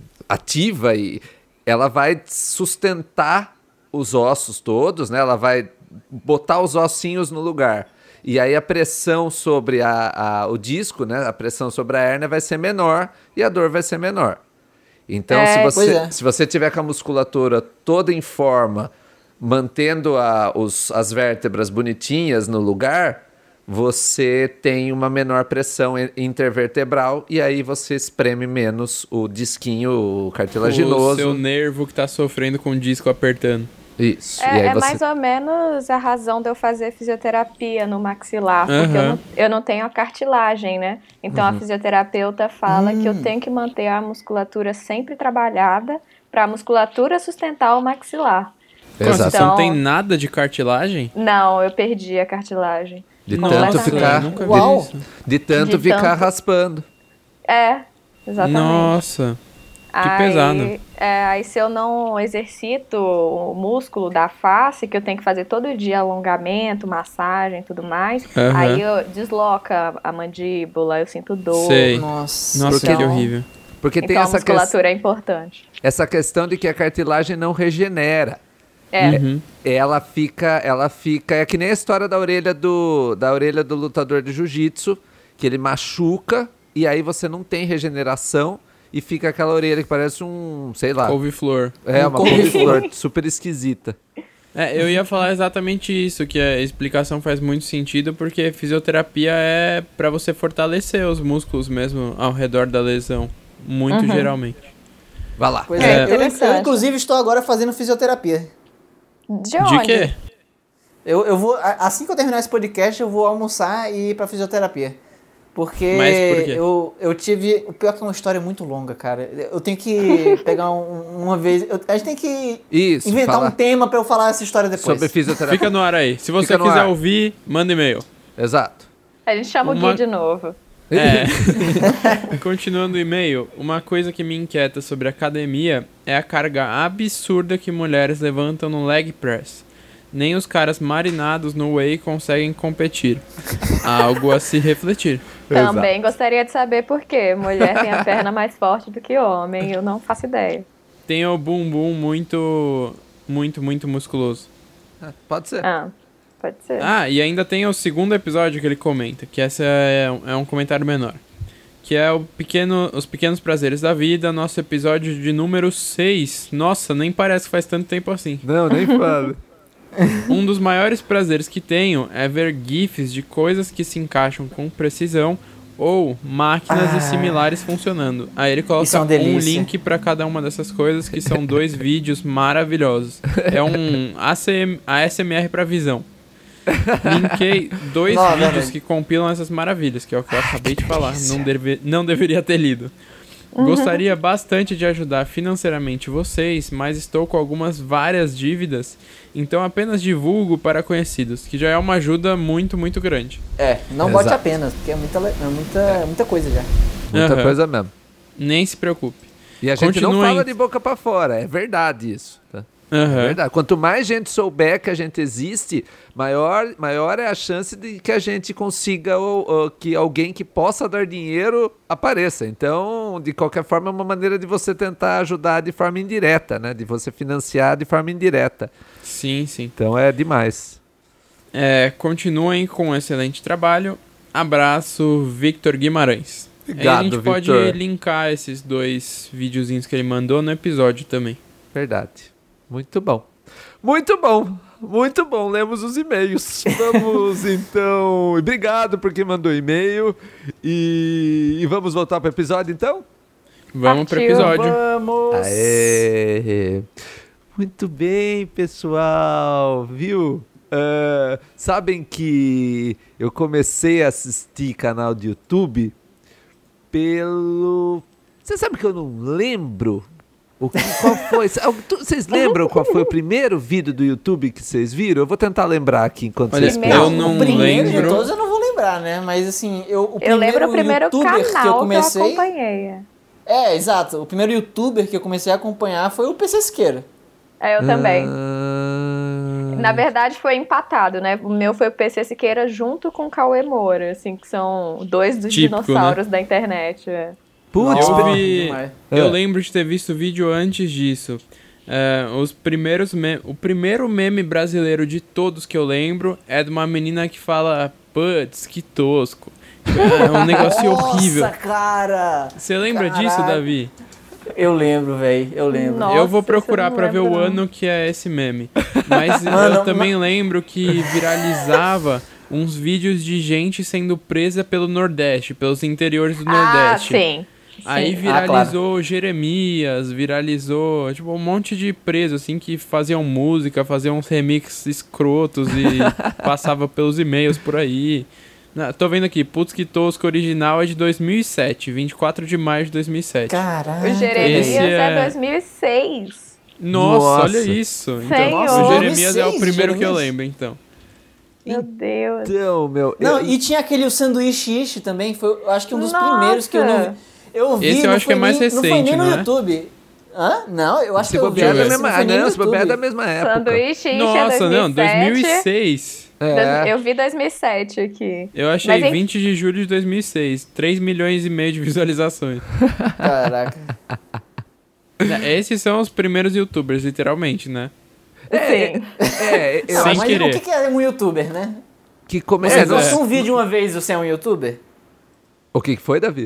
ativa, e ela vai sustentar os ossos todos, né? Ela vai botar os ossinhos no lugar. E aí a pressão sobre a, a- o disco, né? A pressão sobre a hérnia vai ser menor e a dor vai ser menor. Então, É, se, pois você, é. se você tiver com a musculatura toda em forma, mantendo a, os, as vértebras bonitinhas no lugar, você tem uma menor pressão in- intervertebral e aí você espreme menos o disquinho cartilaginoso. O seu nervo que tá sofrendo com o disco apertando. Isso. e É, aí é você... mais ou menos a razão de eu fazer fisioterapia no maxilar, porque eu Aham. não, eu não tenho a cartilagem, né? Então a fisioterapeuta fala que eu tenho que manter a musculatura sempre trabalhada para a musculatura sustentar o maxilar. Como, Exato. você não Então- tem nada de cartilagem? Não, eu perdi a cartilagem. De Nossa, tanto completamente. ficar, eu nunca vi Uau. isso. de tanto De ficar tanto- raspando. É, exatamente. Nossa, que aí, pesado. é, aí se eu não exercito o músculo da face, que eu tenho que fazer todo dia alongamento, massagem e tudo mais, Aham. aí eu desloca a mandíbula, eu sinto dor. Sei. Nossa. Nossa, Porque- que horrível. Porque tem Então a essa, que- musculatura é importante. essa questão de que a cartilagem não regenera. É, Uhum. Ela fica, ela fica, é que nem a história da orelha do, da orelha do lutador de jiu-jitsu, que ele machuca e aí você não tem regeneração e fica aquela orelha que parece um, sei lá, Couve-flor. é um uma couve-flor. couve-flor super esquisita. É, eu ia falar exatamente isso, que a explicação faz muito sentido, porque fisioterapia é pra você fortalecer os músculos mesmo ao redor da lesão. Muito geralmente. Vai lá. Pois É é, eu, eu, interessante. inclusive estou agora fazendo fisioterapia. de onde? De quê? Eu, eu vou, a- assim que eu terminar esse podcast, eu vou almoçar e ir pra fisioterapia. Porque Mas por quê? eu, eu tive. O pior é que é uma história muito longa, cara. Eu tenho que pegar um- uma vez. eu- a gente tem que Isso, inventar fala um tema pra eu falar essa história depois. sobre fisioterapia. Fica no ar aí. Se você Fica no quiser ar. ouvir, manda e-mail. Exato. A gente chama Uma- o Gui de novo. É. Continuando o e-mail, uma coisa que me inquieta sobre academia é a carga absurda que mulheres levantam no leg press. Nem os caras marinados no whey conseguem competir. Algo a se refletir. Também gostaria de saber por quê. Mulher tem a perna mais forte do que homem. Eu não faço ideia. Tem o bumbum muito, muito, muito musculoso. Ah, pode ser. Ah, pode ser. Ah, e ainda tem o segundo episódio que ele comenta, que essa é, um- é um comentário menor. Que é o pequeno, Os Pequenos Prazeres da Vida, nosso episódio de número seis. Nossa, nem parece que faz tanto tempo assim. Não, nem fala. Um dos maiores prazeres que tenho é ver gifs de coisas que se encaixam com precisão ou máquinas Ah. e similares funcionando. Aí ele coloca Isso é uma um delícia. link pra cada uma dessas coisas, que são dois vídeos maravilhosos. É um A C M A S M R pra visão. Linkei dois Não, vídeos verdade. que compilam essas maravilhas, que é o que eu acabei de falar. Não, deve, não deveria ter lido. Gostaria bastante de ajudar financeiramente vocês, mas estou com algumas várias dívidas, então apenas divulgo para conhecidos, que já é uma ajuda muito, muito grande. É, não bote Exato. apenas, porque é muita, le- é muita, é muita coisa já. Muita Aham. coisa mesmo. Nem se preocupe. E a gente não Continuem. fala de boca pra fora, é verdade isso. Tá? É Aham. verdade. Quanto mais gente souber que a gente existe, maior, maior é a chance de que a gente consiga ou, ou que alguém que possa dar dinheiro apareça. Então, de qualquer forma, é uma maneira de você tentar ajudar de forma indireta, né? De você financiar de forma indireta. Sim, sim. Então é demais. É, continuem com um excelente trabalho. Abraço, Victor Guimarães. Obrigado, Aí a gente Victor. pode linkar esses dois videozinhos que ele mandou no episódio também. Verdade. Muito bom. Muito bom. Muito bom. Lemos os e-mails. Vamos, então... Obrigado por quem mandou e-mail. E, e vamos voltar para o episódio, então? Vamos para o Partiu. episódio. Vamos! Aê! Muito bem, pessoal. Viu? Uh, sabem que eu comecei a assistir canal de YouTube pelo... Você sabe que eu não lembro o que, qual foi? Vocês lembram qual foi o primeiro vídeo do YouTube que vocês viram? Eu vou tentar lembrar aqui enquanto Olha, vocês eu pensam. não o primeiro lembro. de todos eu não vou lembrar, né? Mas assim, eu, o Eu lembro o primeiro YouTuber canal que eu comecei... que eu acompanhei. É, exato. O primeiro YouTuber que eu comecei a acompanhar foi o P C Siqueira. É, eu também. Ah, Na verdade, foi empatado, né? O meu foi o P C Siqueira junto com o Cauê Moura, assim, que são dois dos Típico, dinossauros da internet. É. Putz, Eu Nossa, vi- demais. Eu É. lembro de ter visto vídeo antes disso. É, os primeiros me- o primeiro meme brasileiro de todos que eu lembro é de uma menina que fala, putz, que tosco. É um negócio horrível. Nossa, cara! Você lembra Caraca. disso, Davi? Eu lembro, velho. Eu lembro. Nossa, eu vou isso procurar eu não pra ver o lembro, não. ano que é esse meme. Mas Mano, eu também lembro que viralizava uns vídeos de gente sendo presa pelo Nordeste, pelos interiores do Ah, Nordeste. sim. Aí Sim. viralizou Jeremias, viralizou tipo um monte de preso assim que faziam música, faziam uns remixes escrotos e passava pelos e-mails por aí. Na- tô vendo aqui, Putz que Tosco original é de dois mil e sete, vinte e quatro de maio de dois mil e sete. Caraca. O Jeremias Esse é... é- dois mil e seis. Nossa, Nossa. olha isso. Então, Senhor. o Jeremias é o dois mil e seis, primeiro que eu Jeremias. lembro, então. Meu Deus. Então, meu... Não, eu- e tinha aquele o sanduíche ishi também, foi, eu acho que um dos Nossa. primeiros que eu não eu vi. Esse eu não acho que é foi mais nem- Não foi recente, nem no não é? YouTube. Hã? Não, eu acho se que eu vi bobear é da esse, mesma... não foi Ah, nem no não, se bobear é da YouTube. mesma época. Sanduíche Ishi Nossa, é não, dois mil e dois mil e sete. seis. É. Eu vi dois mil e sete aqui. Eu achei Mas, enfim. vinte de julho de dois mil e seis, três milhões e meio de visualizações. Caraca. Esses são os primeiros youtubers, literalmente, né? Sim. É, eu Sem acho Mas querer. o que que é um YouTuber, né? que come... Você é, não- postou um vídeo uma vez e você é um YouTuber? O que que foi, Davi?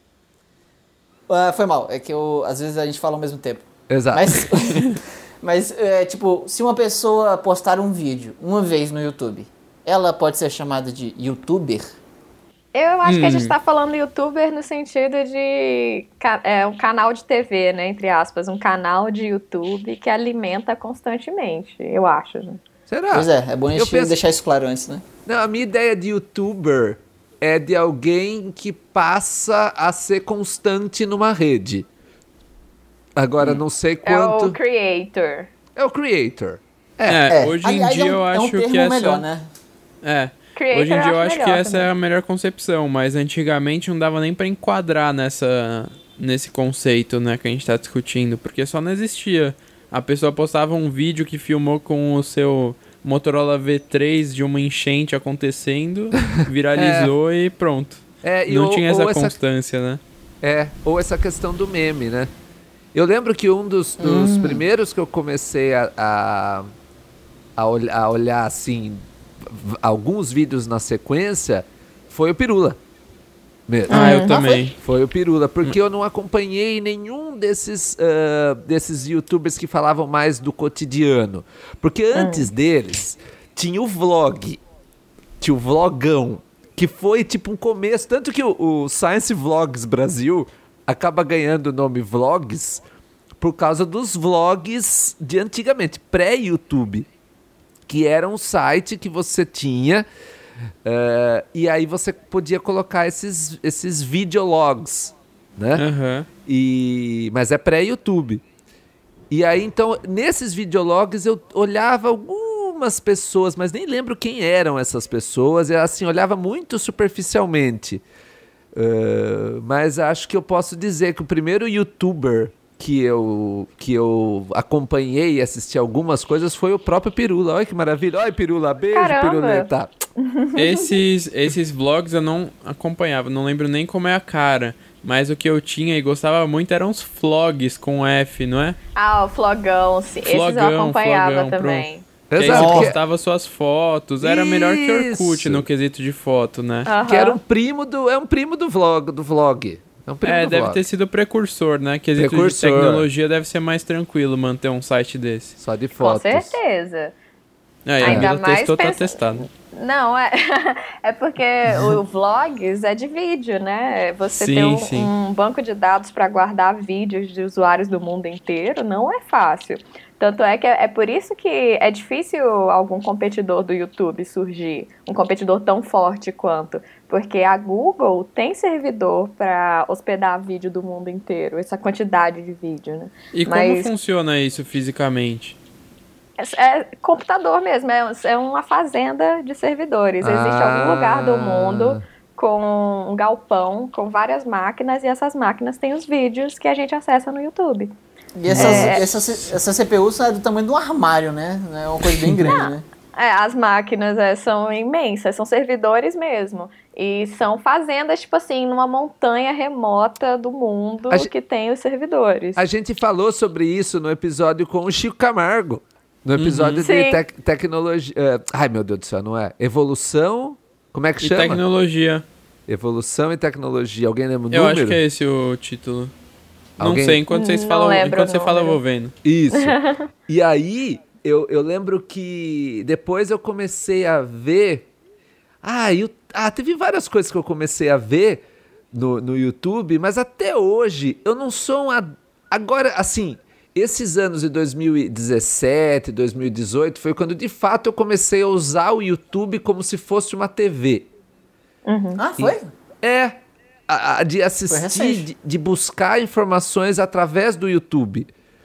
Ah, foi mal, é que eu, às vezes a gente fala ao mesmo tempo. Exato. Mas, mas é, tipo, se uma pessoa postar um vídeo uma vez no YouTube, ela pode ser chamada de YouTuber? Eu acho que a Hum. gente tá falando youtuber no sentido de ca- é, um canal de T V, né? Entre aspas, um canal de YouTube que alimenta constantemente, eu acho. Né? Será? Pois é, é bom a Eu gente penso- deixar isso claro antes, né? Não, a minha ideia de youtuber é de alguém que passa a ser constante numa rede. Agora, não sei É quanto... o creator. É o creator. É, hoje em aliás, dia é um, eu é um acho termo que essa... melhor, né? É, Creator hoje em dia eu acho que melhor essa é também. a melhor concepção, mas antigamente não dava nem pra enquadrar nessa, nesse conceito, né, que a gente tá discutindo, porque só não existia. A pessoa postava um vídeo que filmou com o seu Motorola V três de uma enchente acontecendo, viralizou e pronto. É, e Não ou- tinha ou essa essa constância, né? É, ou essa questão do meme, né? Eu lembro que um dos, dos Hum. primeiros que eu comecei a, a, a, olh- a olhar, assim, v- alguns vídeos na sequência, foi o Pirula. Mesmo. Ah, eu Ah, também. Foi o Pirula, porque eu não acompanhei nenhum desses, ah, desses youtubers que falavam mais do cotidiano. Porque antes deles, tinha o vlog. Tinha o vlogão. Que foi tipo um começo. Tanto que o, o Science Vlogs Brasil acaba ganhando o nome Vlogs por causa dos vlogs de antigamente, pré-YouTube. Que era um site que você tinha. eh, e aí você podia colocar esses, esses videologs, né? Aham. E, mas é pré-YouTube. E aí, então, nesses videologs eu olhava algumas pessoas, mas nem lembro quem eram essas pessoas. E assim, olhava muito superficialmente. Uh, mas acho que eu posso dizer que o primeiro youtuber que eu, que eu acompanhei e assisti algumas coisas foi o próprio Pirula. Olha que maravilha. Olha, Pirula, beijo, Caramba. Piruleta. Esses, esses vlogs eu não acompanhava, não lembro nem como é a cara. Mas o que eu tinha e gostava muito eram os vlogs com F, não é? Ah, o Flogão, sim. Esses eu Flogão, acompanhava Flogão, também. Que Exato. aí você Que- postava suas fotos. Era melhor que Orkut Isso. no quesito de foto, né? Aham. Que era um primo do. É um primo do vlog. Do vlog. É um primo É, do deve vlog. ter sido precursor, né? Quesito Precursor. de tecnologia deve ser mais tranquilo manter um site desse. Só de Com fotos. certeza. Aí, Ainda a Mila mais testou, tá pensa- testado. Não, é, é porque o vlogs é de vídeo, né? Você Sim, ter um, sim. um banco de dados para guardar vídeos de usuários do mundo inteiro não é fácil. Tanto é que é, é por isso que é difícil algum competidor do YouTube surgir, um competidor tão forte quanto. Porque a Google tem servidor para hospedar vídeo do mundo inteiro, essa quantidade de vídeo, né? E como Mas- funciona isso fisicamente? É, é computador mesmo, é, é uma fazenda de servidores. Existe Ah. algum lugar do mundo com um galpão, com várias máquinas, e essas máquinas têm os vídeos que a gente acessa no YouTube. E essas, É. essas, essas C P Us é do tamanho de um armário, né? É uma coisa bem grande, né? É, as máquinas é, são imensas, são servidores mesmo. E são fazendas, tipo assim, numa montanha remota do mundo A gen- que tem os servidores. A gente falou sobre isso no episódio com o Chico Camargo. No episódio de Sim. tec- tecnologia. eh, ai, meu Deus do céu, não é? Evolução. Como é que E chama? tecnologia. Evolução e tecnologia. Alguém lembra o Eu número? acho que é esse o título. Alguém- Não sei, enquanto vocês Não falam, lembro enquanto o você fala, eu número. vou vendo. Isso. E aí, eu, eu lembro que depois eu comecei a ver. Ah, eu, ah, teve várias coisas que eu comecei a ver no, no YouTube, mas até hoje eu não sou um. ad- Agora, assim, esses anos de dois mil e dezessete, dois mil e dezoito foi quando de fato eu comecei a usar o YouTube como se fosse uma T V. Ah, foi? É, a, a de assistir, recente. de, de buscar informações através do YouTube.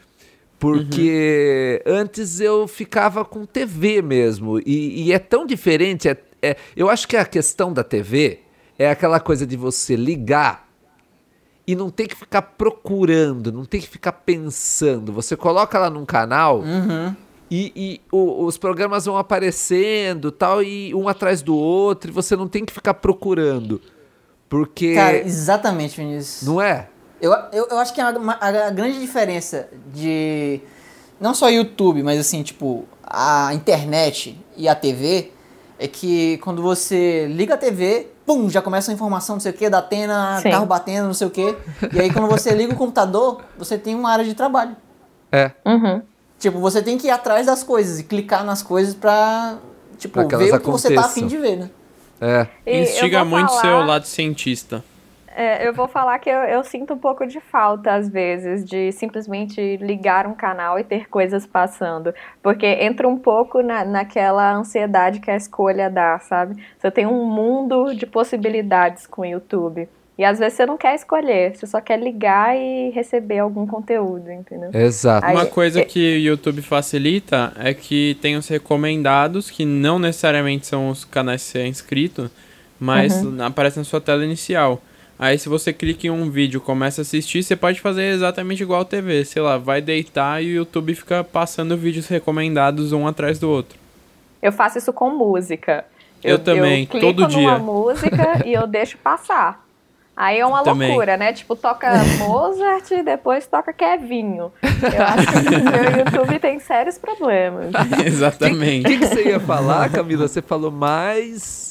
Porque antes eu ficava com T V mesmo. E, e é tão diferente. É, é- eu acho que a questão da T V é aquela coisa de você ligar e não ter que ficar procurando, não ter que ficar pensando. Você coloca lá num canal. Uhum. E, e o- os programas vão aparecendo, tal, e um atrás do outro, e você não tem que ficar procurando. Porque. Cara, exatamente, Vinícius. Não é? Eu, eu, eu acho que a, a, a grande diferença de não só YouTube, mas assim, tipo, a internet e a T V é que quando você liga a T V, pum, já começa a informação, não sei o que, da Atena, Sim. carro batendo, não sei o que. E aí quando você liga o computador, você tem uma área de trabalho. É. Uhum. Tipo, você tem que ir atrás das coisas e clicar nas coisas pra, tipo, Pra que ver elas o que você tá aconteçam. afim de ver, né? É. E Instiga eu vou muito falar- seu lado cientista. É, eu vou falar que eu, eu sinto um pouco de falta, às vezes, de simplesmente ligar um canal e ter coisas passando. Porque entra um pouco na, naquela ansiedade que a escolha dá, sabe? Você tem um mundo de possibilidades com o YouTube. E às vezes você não quer escolher, você só quer ligar e receber algum conteúdo, entendeu? Exato. Aí- Uma coisa é- que o YouTube facilita é que tem os recomendados, que não necessariamente são os canais que você é inscrito, mas Uhum. aparece na sua tela inicial. Aí se você clica em um vídeo e começa a assistir, você pode fazer exatamente igual a T V. Sei lá, vai deitar e o YouTube fica passando vídeos recomendados um atrás do outro. Eu faço isso com música. Eu também, eu clico todo dia. numa música e eu deixo passar. Aí é uma Também. loucura, né? Tipo, toca Mozart e depois toca Kevinho. Eu acho que o meu YouTube tem sérios problemas. O Exatamente. que, que você ia falar, Camila? Você falou mais.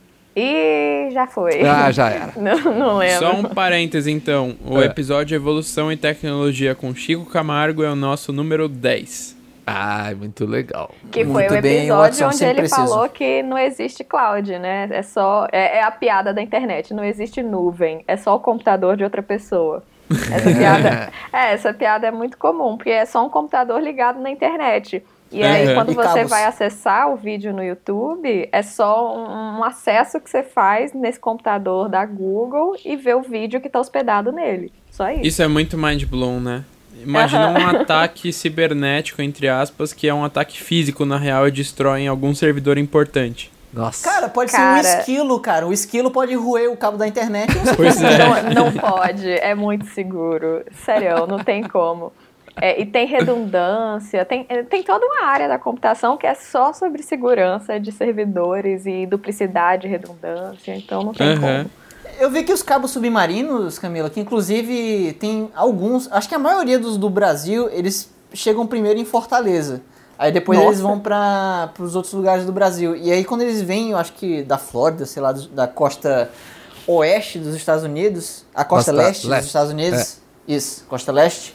E já foi. Ah, já era. Não, não lembro. Só um parêntese então, o É. episódio Evolução e Tecnologia com Chico Camargo é o nosso número dez. Ai, muito legal. Que foi Muito o bem, episódio Watson, onde sempre ele preciso. falou que não existe cloud, né? É só. É, é a piada da internet, não existe nuvem, é só o computador de outra pessoa. Essa piada, é, essa piada é muito comum, porque é só um computador ligado na internet. E aí, Uhum. quando E você cabos. vai acessar o vídeo no YouTube, é só um, um acesso que você faz nesse computador da Google e vê o vídeo que está hospedado nele. Só isso. Isso é muito mind blown, né? Imagina um ataque cibernético, entre aspas, que é um ataque físico, na real, e destrói algum servidor importante. Nossa. Cara, pode Cara. ser um esquilo, cara. O esquilo pode roer o cabo da internet. e você Pois é. Não, não pode, é muito seguro. Sério, não tem como. É, e tem redundância, tem, tem toda uma área da computação que é só sobre segurança de servidores e duplicidade e redundância, então não tem Uhum. como. Eu vi que os cabos submarinos, Camila, que inclusive tem alguns, acho que a maioria dos do Brasil, eles chegam primeiro em Fortaleza. Aí depois Nossa. eles vão para os outros lugares do Brasil. E aí quando eles vêm, eu acho que da Flórida, sei lá, do- da costa oeste dos Estados Unidos, a costa, Costa leste, leste. dos Estados Unidos, isso, costa leste,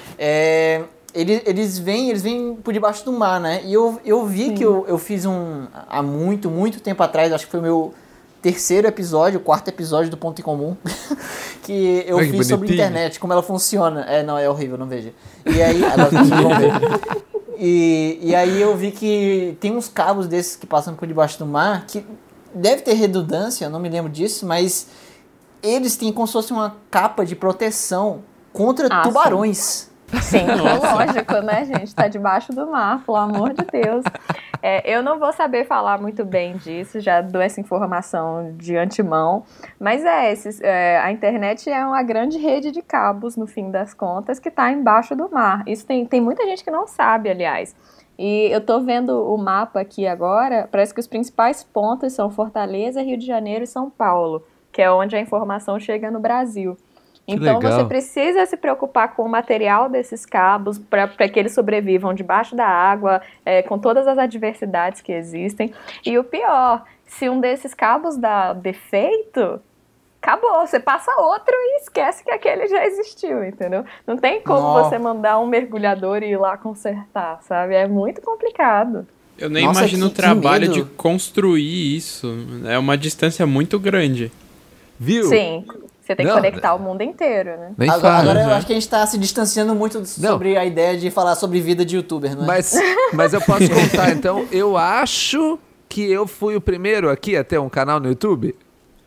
é, eles, eles vêm eles vêm por debaixo do mar, né? E eu, eu vi que eu, eu fiz um, há muito, muito tempo atrás, acho que foi o meu terceiro episódio, quarto episódio do Ponto em Comum, que eu Ai, que fiz sobre bonitinho. internet, como ela funciona. É, não, é horrível, não veja. E aí, agora vocês vão ver. E, e aí eu vi que tem uns cabos desses que passam por debaixo do mar, que deve ter redundância, eu não me lembro disso, mas eles têm como se fosse uma capa de proteção contra Ah, tubarões. Sim, lógico, né, gente? Tá debaixo do mar, pelo amor de Deus. É, eu não vou saber falar muito bem disso, já dou essa informação de antemão, mas é, esses, é a internet é uma grande rede de cabos, no fim das contas, que tá embaixo do mar. Isso tem, tem muita gente que não sabe, aliás. E eu tô vendo o mapa aqui agora, parece que os principais pontos são Fortaleza, Rio de Janeiro e São Paulo, que é onde a informação chega no Brasil. Que Então legal. você precisa se preocupar com o material desses cabos para que eles sobrevivam debaixo da água, é, com todas as adversidades que existem. E o pior, se um desses cabos dá defeito, acabou, você passa outro e esquece que aquele já existiu, entendeu? Não tem como Nossa. você mandar um mergulhador e ir lá consertar, sabe? É muito complicado. Eu nem Nossa, imagino que- o que trabalho medo. de construir isso. É uma distância muito grande. Viu? Sim, você tem Não, que conectar o mundo inteiro, né? Nem Agora, fala. agora eu Uhum. acho que a gente tá se distanciando muito sobre a ideia de falar sobre vida de youtuber, não é? Mas, mas eu posso contar, então, eu acho que eu fui o primeiro aqui a ter um canal no YouTube.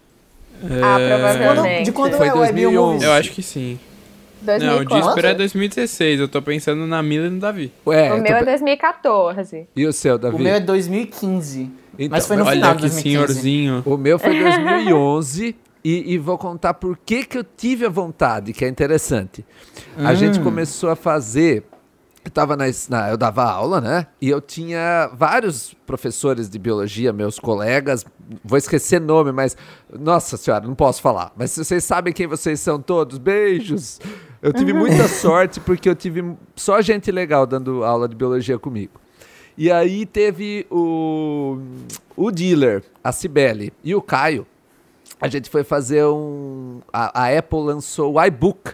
Ah, provavelmente. de quando Foi é o Web dois mil e onze. Movies? Eu acho que sim. dois mil e Não, o quatro. Díspero é dois mil e dezesseis. Eu tô pensando na Mila e no Davi. Ué, O eu meu tô é pe- dois mil e quatorze. E o seu, Davi? O meu é dois mil e quinze. Então, mas foi no mas- final Olha de que dois mil e quinze. senhorzinho. O meu foi dois mil e onze e, e vou contar por que, que eu tive a vontade, que é interessante. A gente começou a fazer... Eu, tava na, na- eu dava aula, né? E eu tinha vários professores de biologia, meus colegas. Vou esquecer nome, mas... Nossa senhora, não posso falar. Mas vocês sabem quem vocês são todos. Beijos! Eu tive muita sorte porque eu tive só gente legal dando aula de biologia comigo. E aí teve o, o dealer, a Cibele e o Caio. A gente foi fazer um... A, a Apple lançou o iBook.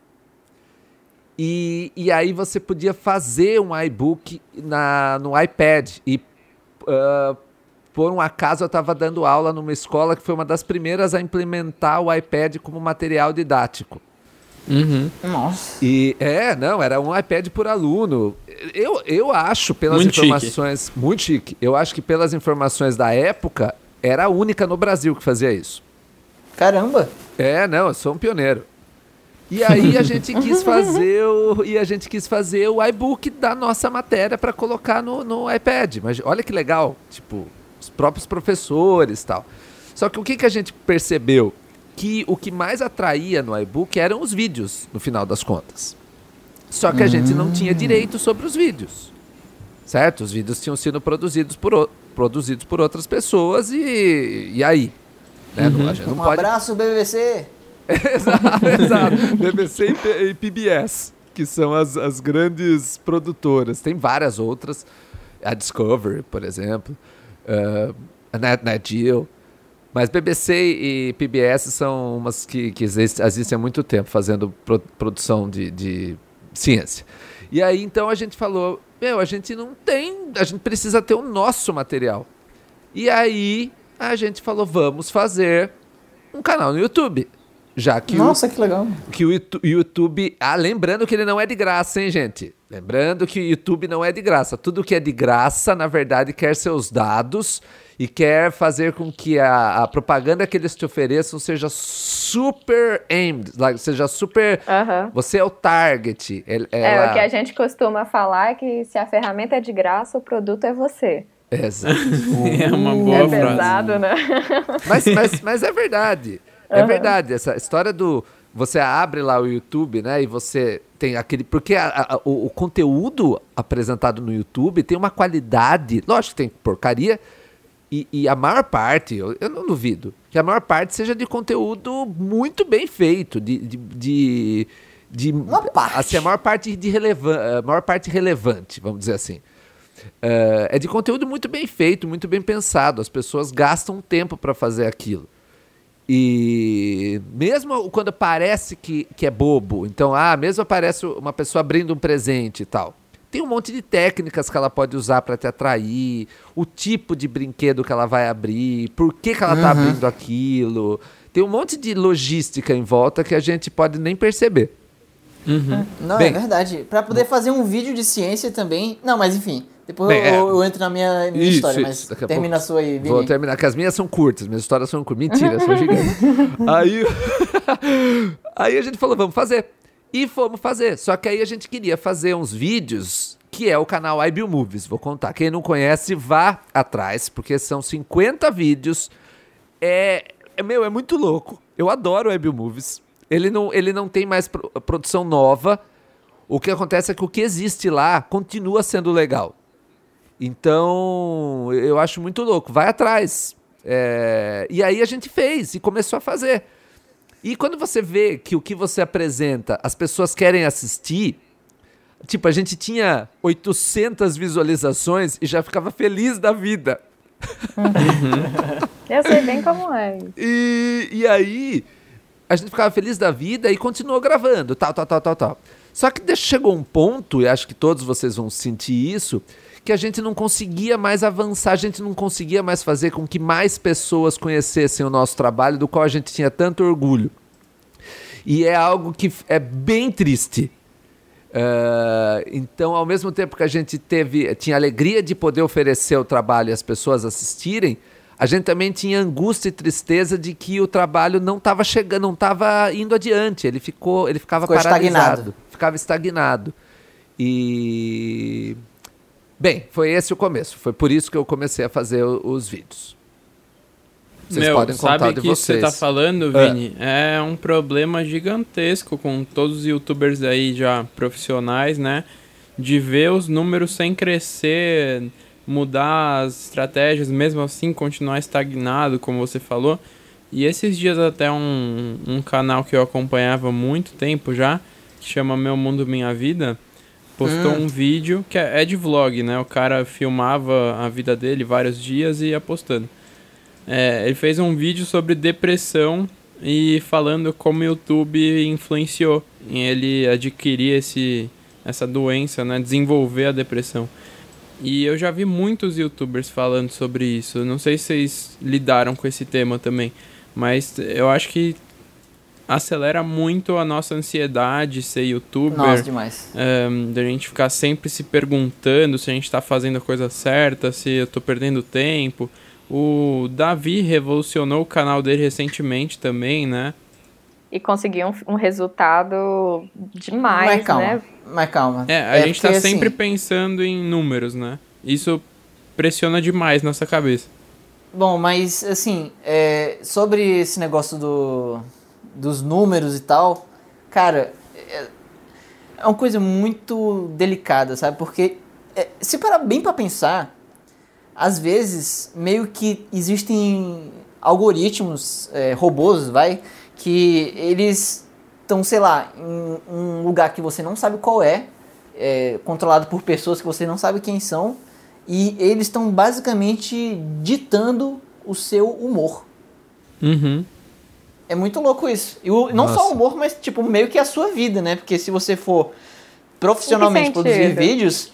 E, e aí você podia fazer um iBook na, no iPad. E uh, por um acaso eu estava dando aula numa escola que foi uma das primeiras a implementar o iPad como material didático. Uhum. Nossa. E é, não, era um iPad por aluno. Eu, eu acho, pelas Muito informações. Muito chique. Eu acho que pelas informações da época, era a única no Brasil que fazia isso. Caramba. É, não, eu sou um pioneiro. E aí a gente quis fazer o, e a gente quis fazer o iBook da nossa matéria para colocar no, no iPad. Mas olha que legal, tipo, os próprios professores e tal. Só que o que, que a gente percebeu? Que o que mais atraía no iBook eram os vídeos, no final das contas. Só que a gente não tinha direito sobre os vídeos. Certo? Os vídeos tinham sido produzidos por, o- produzidos por outras pessoas e, e aí? Né? Não- a gente não Um pode... abraço, B B C. exato, exato. B B C e P- e P B S, que são as, as grandes produtoras. Tem várias outras. A Discovery, por exemplo. Uh, a Net, Net Geo. Mas B B C e P B S são umas que, que existem, existem há muito tempo fazendo pro- produção de, de ciência. E aí, então, a gente falou, meu, a gente não tem, a gente precisa ter o nosso material. E aí, a gente falou, vamos fazer um canal no YouTube. Já que o Nossa, que legal. que o Youtu- YouTube... Ah, lembrando que ele não é de graça, hein, gente? Lembrando que o YouTube não é de graça. Tudo que é de graça, na verdade, quer seus dados e quer fazer com que a, a propaganda que eles te ofereçam seja super aimed, like, seja super... Aham. Você é o target. el- É, ela- o que a gente costuma falar é que se a ferramenta é de graça, o produto é você. Exato. É uma boa é frase. pesado, né? Mas, mas, mas é verdade. É Aham. verdade. Essa história do... Você abre lá o YouTube, né? E você tem aquele... Porque a- a- o, o conteúdo apresentado no YouTube tem uma qualidade... Lógico que tem porcaria. E, e a maior parte, eu, eu não duvido, que a maior parte seja de conteúdo muito bem feito. De... de, de, de Uma parte. Assim, a maior parte, de relevan, a maior parte relevante, vamos dizer assim. Uh, é de conteúdo muito bem feito, muito bem pensado. As pessoas gastam tempo para fazer aquilo. E mesmo quando parece que, que é bobo, então, ah, mesmo aparece uma pessoa abrindo um presente e tal, tem um monte de técnicas que ela pode usar para te atrair, o tipo de brinquedo que ela vai abrir, por que, que ela está uhum. abrindo aquilo. Tem um monte de logística em volta que a gente pode nem perceber. Uhum. Não, Bem, é verdade. Para poder fazer um vídeo de ciência também... Não, mas enfim... Depois Bem, eu, é... eu entro na minha, minha isso, história, mas isso. termina a, a sua aí, Vini. Vou terminar, que as minhas são curtas, minhas histórias são curtas. Mentira, são gigantes. aí, aí a gente falou, vamos fazer. E fomos fazer. Só que aí a gente queria fazer uns vídeos, que é o canal iBioMovies. Vou contar. Quem não conhece, vá atrás, porque são cinquenta vídeos. É, é, meu, é muito louco. Eu adoro o iBioMovies. Ele não, ele não tem mais pro, produção nova. O que acontece é que o que existe lá continua sendo legal. Então, eu acho muito louco. Vai atrás. É... E aí a gente fez e começou a fazer. E quando você vê que o que você apresenta, as pessoas querem assistir, tipo, a gente tinha oitocentas visualizações e já ficava feliz da vida. Uhum. Eu sei bem como é. E, e aí, a gente ficava feliz da vida e continuou gravando, tal, tal, tal, tal, tal. Só que chegou um ponto, e acho que todos vocês vão sentir isso, que a gente não conseguia mais avançar, a gente não conseguia mais fazer com que mais pessoas conhecessem o nosso trabalho, do qual a gente tinha tanto orgulho. E é algo que é bem triste. Uh, então, ao mesmo tempo que a gente teve, tinha alegria de poder oferecer o trabalho e as pessoas assistirem, a gente também tinha angústia e tristeza de que o trabalho não estava chegando, não estava indo adiante, ele, ficou, ele ficava ficou paralisado, estagnado. ficava estagnado. E... Bem, foi esse o começo. Foi por isso que eu comecei a fazer os vídeos. Vocês Meu, podem contar sabe de que vocês. Você tá falando, Vini, é. é um problema gigantesco com todos os youtubers aí já profissionais, né? De ver os números sem crescer, mudar as estratégias, mesmo assim continuar estagnado, como você falou. E esses dias até um, um canal que eu acompanhava há muito tempo já, que chama Meu Mundo Minha Vida, postou hum. um vídeo que é de vlog, né? O cara filmava a vida dele vários dias e ia postando. É, ele fez um vídeo sobre depressão e falando como o YouTube influenciou em ele adquirir esse, essa doença, né? Desenvolver a depressão. E eu já vi muitos youtubers falando sobre isso. Não sei se vocês lidaram com esse tema também, mas eu acho que acelera muito a nossa ansiedade ser youtuber. Nossa, demais. É, da gente ficar sempre se perguntando se a gente tá fazendo a coisa certa, se eu tô perdendo tempo. O Davi revolucionou o canal dele recentemente também, né? E conseguiu um, um resultado demais, mas calma, né? Mas calma. É, a é gente tá sempre assim... pensando em números, né? Isso pressiona demais nossa cabeça. Bom, mas assim, é, sobre esse negócio do... dos números e tal, cara, é, é uma coisa muito delicada, sabe? Porque, é, se parar bem pra pensar, às vezes, meio que existem algoritmos, é, robôs, vai, que eles estão, sei lá, em um lugar que você não sabe qual é, é, controlado por pessoas que você não sabe quem são, e eles estão basicamente ditando o seu humor. Uhum. É muito louco isso. E o, não só o humor, mas tipo, meio que a sua vida, né? Porque se você for profissionalmente produzir vídeos...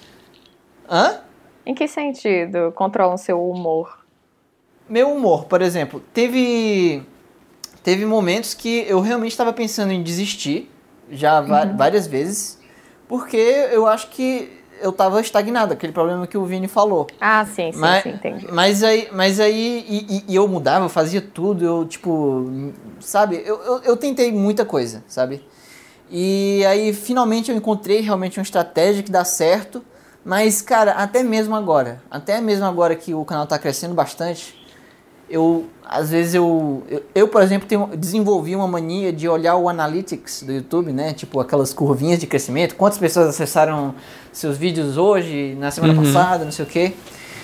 Hã? Em que sentido controlam o seu humor? Meu humor, por exemplo, teve, teve momentos que eu realmente estava pensando em desistir, já uhum. várias vezes, porque eu acho que eu estava estagnado, aquele problema que o Vini falou. Ah, sim, sim, mas, sim, entendi. Mas aí, mas aí e, e eu mudava, eu fazia tudo, eu, tipo, sabe, eu, eu, eu tentei muita coisa, sabe? E aí, finalmente, eu encontrei realmente uma estratégia que dá certo, mas, cara, até mesmo agora, até mesmo agora que o canal tá crescendo bastante, eu, às vezes, eu, eu, eu por exemplo, tenho, desenvolvi uma mania de olhar o Analytics do YouTube, né, tipo, aquelas curvinhas de crescimento, quantas pessoas acessaram seus vídeos hoje, na semana uhum. passada, não sei o quê.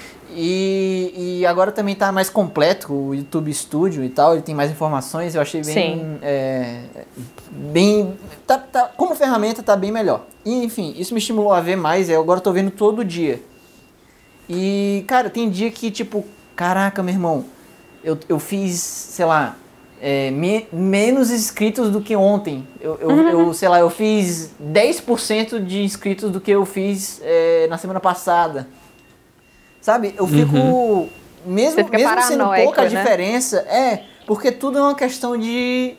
E, e agora também tá mais completo o YouTube Studio e tal, ele tem mais informações, eu achei bem... É, bem tá, tá, como ferramenta tá bem melhor. E, enfim, isso me estimulou a ver mais, eu agora tô vendo todo dia. E, cara, tem dia que, tipo, caraca, meu irmão, eu, eu fiz, sei lá, é, me, menos inscritos do que ontem. Eu, eu, uhum. eu, sei lá, eu fiz dez por cento de inscritos do que eu fiz é, na semana passada. Sabe? Eu fico... Uhum. Mesmo, mesmo sendo pouca a né? diferença, é... Porque tudo é uma questão de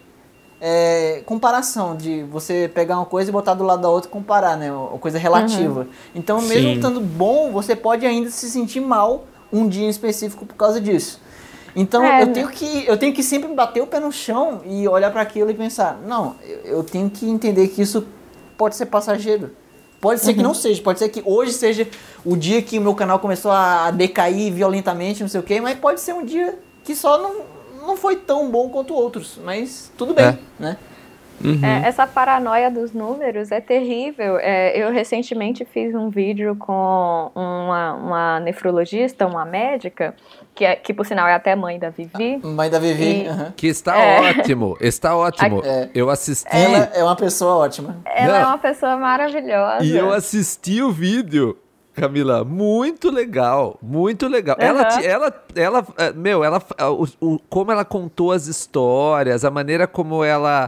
é, comparação, de você pegar uma coisa e botar do lado da outra e comparar, né? Uma coisa relativa. Uhum. Então, mesmo Sim. estando bom, você pode ainda se sentir mal um dia em específico por causa disso. Então, é, eu, tenho que, eu tenho que sempre bater o pé no chão e olhar para aquilo e pensar, não, eu, eu tenho que entender que isso pode ser passageiro. Pode ser uhum. que não seja, pode ser que hoje seja o dia que o meu canal começou a decair violentamente, não sei o quê, mas pode ser um dia que só não, não foi tão bom quanto outros, mas tudo bem, é. né? Uhum. É, essa paranoia dos números é terrível. É, eu recentemente fiz um vídeo com uma, uma nefrologista, uma médica, que, é, que por sinal é até mãe da Vivi. Mãe da Vivi. E, uhum. Que está é, ótimo, está ótimo. É, eu assisti. Ela é uma pessoa ótima. Ela Não. é uma pessoa maravilhosa. E eu assisti o vídeo, Camila, muito legal, muito legal. Uhum. Ela, ela, ela, meu, ela, o, o, como ela contou as histórias, a maneira como ela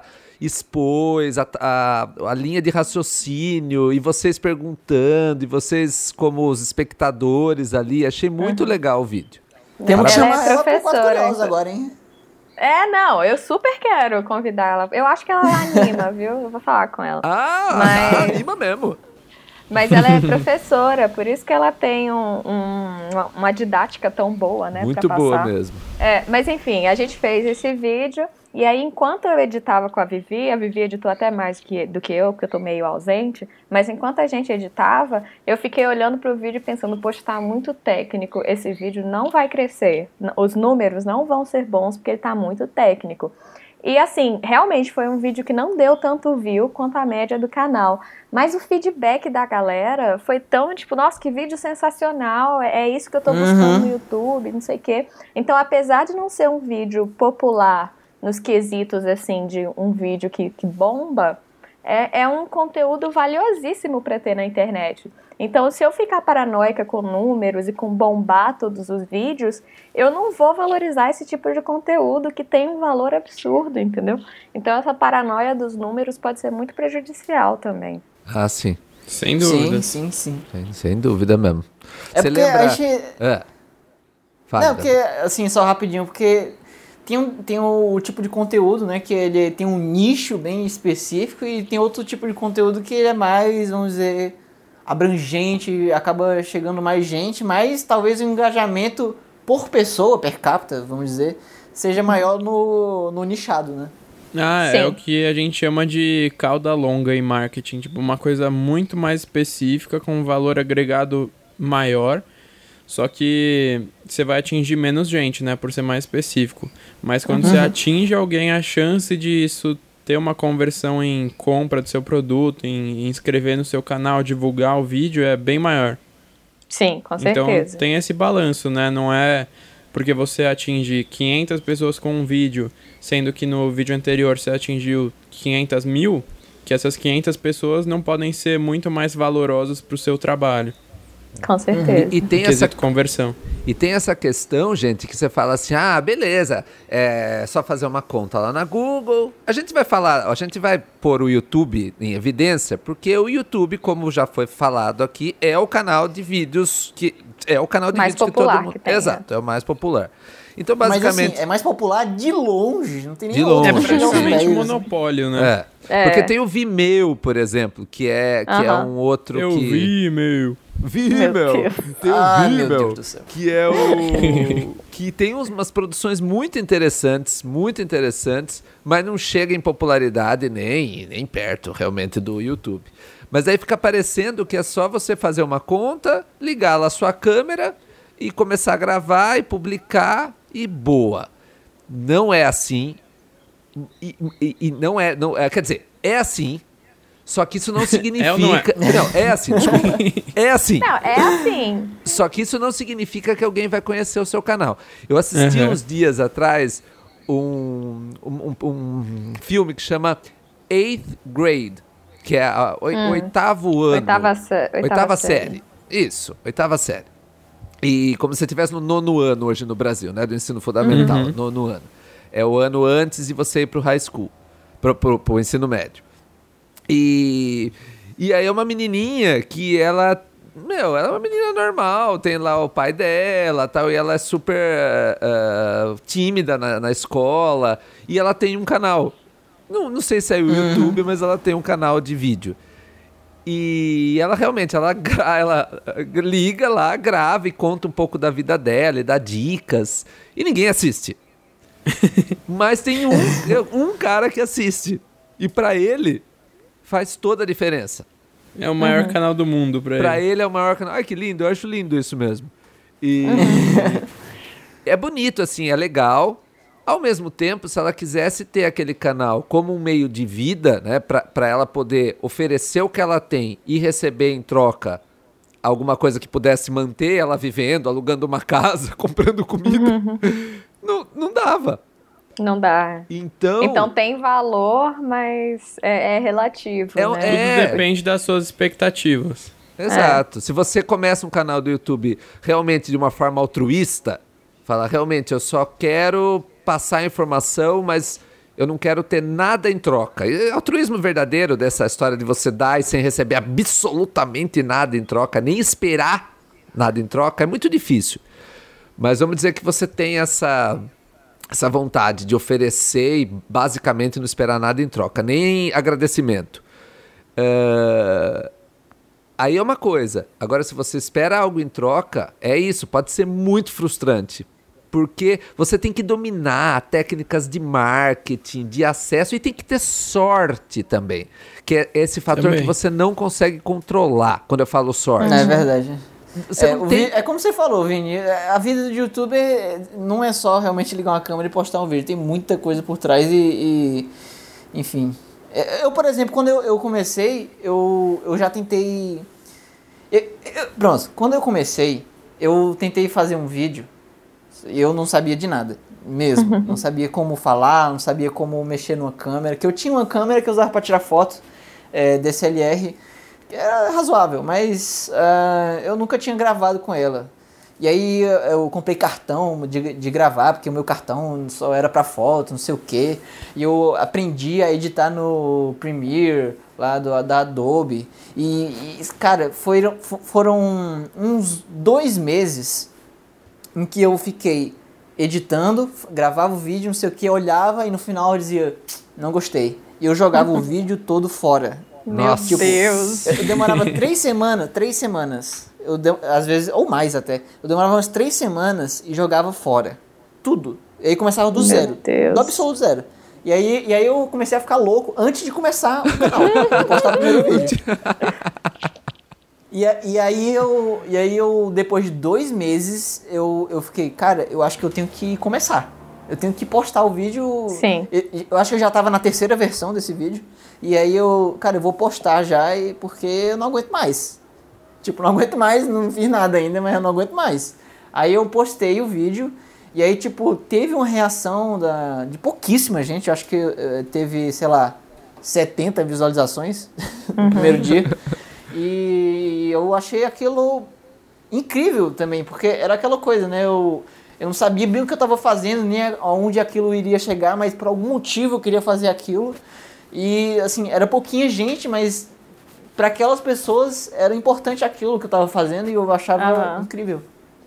expôs a, a, a linha de raciocínio, e vocês perguntando, e vocês como os espectadores ali, achei muito uhum. legal o vídeo. Temos que chamar é ela para quatro curiosos agora, hein? É, não, eu super quero convidar ela. Eu acho que ela anima, viu? Eu vou falar com ela. Ah, Mas... anima mesmo. Mas ela é professora, por isso que ela tem um, um, uma, uma didática tão boa, né? Muito pra boa passar. mesmo. É, mas enfim, a gente fez esse vídeo, e aí enquanto eu editava com a Vivi, a Vivi editou até mais que, do que eu, porque eu tô meio ausente, mas enquanto a gente editava, eu fiquei olhando pro vídeo e pensando, poxa, tá muito técnico, esse vídeo não vai crescer, os números não vão ser bons porque ele tá muito técnico. E assim, realmente foi um vídeo que não deu tanto view quanto a média do canal. Mas o feedback da galera foi tão, tipo, nossa, que vídeo sensacional, é isso que eu tô buscando uhum. no YouTube, não sei o quê. Então, apesar de não ser um vídeo popular nos quesitos, assim, de um vídeo que, que bomba, é, é um conteúdo valiosíssimo pra ter na internet. Então, se eu ficar paranoica com números e com bombar todos os vídeos, eu não vou valorizar esse tipo de conteúdo que tem um valor absurdo, entendeu? Então, essa paranoia dos números pode ser muito prejudicial também. Ah, sim. Sem dúvida. Sim, sim, sim. Sem, sem dúvida mesmo. É Você porque lembra... a gente... É. Fala, não, porque, assim, só rapidinho, porque... Tem, um, tem o tipo de conteúdo, né, que ele tem um nicho bem específico, e tem outro tipo de conteúdo que ele é mais, vamos dizer, abrangente, acaba chegando mais gente, mas talvez o engajamento por pessoa, per capita, vamos dizer, seja maior no, no nichado, né? Ah, Sim. é o que a gente chama de cauda longa em marketing, tipo, uma coisa muito mais específica, com um valor agregado maior. Só que você vai atingir menos gente, né? Por ser mais específico. Mas quando uhum. você atinge alguém, a chance disso ter uma conversão em compra do seu produto, em, em inscrever no seu canal, divulgar o vídeo, é bem maior. Sim, com certeza. Então tem esse balanço, né? Não é porque você atinge quinhentas pessoas com um vídeo, sendo que no vídeo anterior você atingiu quinhentas mil, que essas quinhentas pessoas não podem ser muito mais valorosas para o seu trabalho. Com certeza. E, e tem essa conversão. E tem essa questão, gente, que você fala assim, ah, beleza, é só fazer uma conta lá na Google. A gente vai falar, a gente vai pôr o YouTube em evidência, porque o YouTube, como já foi falado aqui, é o canal de vídeos que é o canal de mais vídeos popular que todo mundo. Que tem, Exato, né? é o mais popular. Então, basicamente, Mas, assim, é mais popular de longe, não tem nem de longe. É praticamente um monopólio, né? É. É. Porque tem o Vimeo, por exemplo, que é, que uh-huh. é um outro Eu que... vi, meu... Vimeo, tem o ah, Vimeo, que é o que tem umas produções muito interessantes, muito interessantes, mas não chega em popularidade nem, nem perto realmente do YouTube. Mas aí fica parecendo que é só você fazer uma conta, ligar lá a sua câmera e começar a gravar e publicar e boa. Não é assim. E, e, e não é, não é, quer dizer, é assim. Só que isso não significa... É ou não é? Não, é assim, desculpa. É assim. Não, é assim. Só que isso não significa que alguém vai conhecer o seu canal. Eu assisti uhum. uns dias atrás um, um, um filme que chama Eighth Grade, que é a, o, hum. oitavo ano. Oitava, oitava, oitava série. série. Isso, oitava série. E como se você estivesse no nono ano hoje no Brasil, né? Do ensino fundamental, uhum. nono ano. É o ano antes de você ir pro high school, pro, pro, pro ensino médio. E, e aí é uma menininha que ela... Meu, ela é uma menina normal, tem lá o pai dela tal, e ela é super uh, tímida na, na escola, e ela tem um canal. Não, não sei se é o uhum. YouTube, mas ela tem um canal de vídeo. E ela realmente, ela, ela liga lá, grava e conta um pouco da vida dela e dá dicas, e ninguém assiste. Mas tem um, um cara que assiste, e pra ele faz toda a diferença. É o maior uhum. canal do mundo pra ele. Pra ele é o maior canal. Ai, que lindo, eu acho lindo isso mesmo. E uhum. é bonito, assim, é legal. Ao mesmo tempo, se ela quisesse ter aquele canal como um meio de vida, né, pra, pra ela poder oferecer o que ela tem e receber em troca alguma coisa que pudesse manter ela vivendo, alugando uma casa, comprando comida, uhum. não, não dava. Não dá. Então, então tem valor, mas é, é relativo, é, né? É... Tudo depende das suas expectativas. Exato. É. Se você começa um canal do YouTube realmente de uma forma altruísta, fala, realmente, eu só quero passar informação, mas eu não quero ter nada em troca. E altruísmo verdadeiro dessa história de você dar e sem receber absolutamente nada em troca, nem esperar nada em troca, é muito difícil. Mas vamos dizer que você tem essa... essa vontade de oferecer e basicamente não esperar nada em troca, nem agradecimento. Uh, aí é uma coisa. Agora, se você espera algo em troca, é isso, pode ser muito frustrante. Porque você tem que dominar técnicas de marketing, de acesso, e tem que ter sorte também. Que é esse fator também. Que você não consegue controlar, quando eu falo sorte. É verdade. Você é, não tem... vi, é como você falou, Vini, a vida do youtuber não é só realmente ligar uma câmera e postar um vídeo, tem muita coisa por trás e, e enfim. Eu, por exemplo, quando eu, eu comecei, eu, eu já tentei... Eu, eu, pronto, quando eu comecei, eu tentei fazer um vídeo e eu não sabia de nada, mesmo. Não sabia como falar, não sabia como mexer numa câmera, que eu tinha uma câmera que eu usava para tirar foto, é, D S L R, era razoável, mas uh, eu nunca tinha gravado com ela. E aí eu comprei cartão de, de gravar, porque o meu cartão só era pra foto, não sei o quê. E eu aprendi a editar no Premiere, lá do, da Adobe. E, e cara, foram, foram uns dois meses em que eu fiquei editando, gravava o vídeo, não sei o quê, olhava e no final eu dizia, não gostei. E eu jogava o vídeo todo fora. Meu Nossa. Deus! Eu demorava três semanas, três semanas, eu de, às vezes, ou mais até, eu demorava umas três semanas e jogava fora. Tudo. E aí começava do Meu zero. Deus. Do absoluto zero. E aí, e aí eu comecei a ficar louco antes de começar o canal. Eu postar o primeiro vídeo. E, e, aí eu, e aí eu, depois de dois meses, eu, eu fiquei, cara, eu acho que eu tenho que começar. Eu tenho que postar o vídeo. Sim. Eu, eu acho que eu já tava na terceira versão desse vídeo. E aí eu, cara, eu vou postar já e, porque eu não aguento mais. Tipo, não aguento mais, não fiz nada ainda, mas eu não aguento mais. Aí eu postei o vídeo e aí, tipo, teve uma reação da, de pouquíssima gente. Eu acho que uh, teve, sei lá, setenta visualizações no uhum. primeiro dia. E eu achei aquilo incrível também, porque era aquela coisa, né? Eu... Eu não sabia bem o que eu estava fazendo, nem aonde aquilo iria chegar, mas por algum motivo eu queria fazer aquilo. E, assim, era pouquinha gente, mas para aquelas pessoas era importante aquilo que eu estava fazendo e eu achava uhum. incrível.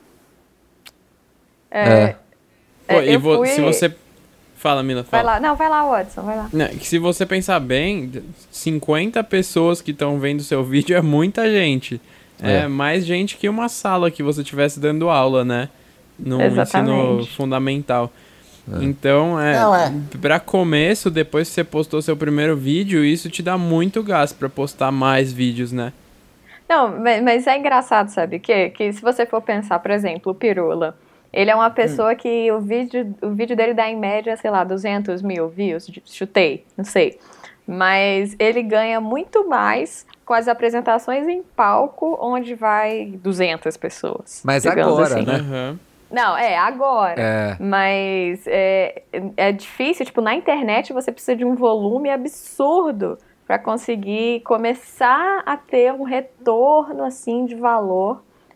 É. é. Pô, e vo- fui... se você... Fala, Mila, fala. Vai lá. Não, vai lá, Watson, vai lá. Não, que se você pensar bem, cinquenta pessoas que estão vendo seu vídeo é muita gente. É. é mais gente que uma sala que você estivesse dando aula, né? No Exatamente. ensino fundamental. É. Então, é, Não, é. pra começo, depois que você postou seu primeiro vídeo, isso te dá muito gás pra postar mais vídeos, né? Não, mas é engraçado, sabe? Que, que se você for pensar, por exemplo, o Pirula, ele é uma pessoa hum. que o vídeo, o vídeo dele dá em média, sei lá, duzentos mil views, chutei, não sei. Mas ele ganha muito mais com as apresentações em palco, onde vai duzentas pessoas. Mas agora, assim. né? Uhum. Não, é, agora. É. Mas é, é difícil, tipo, na internet você precisa de um volume absurdo para conseguir começar a ter um retorno, assim, de valor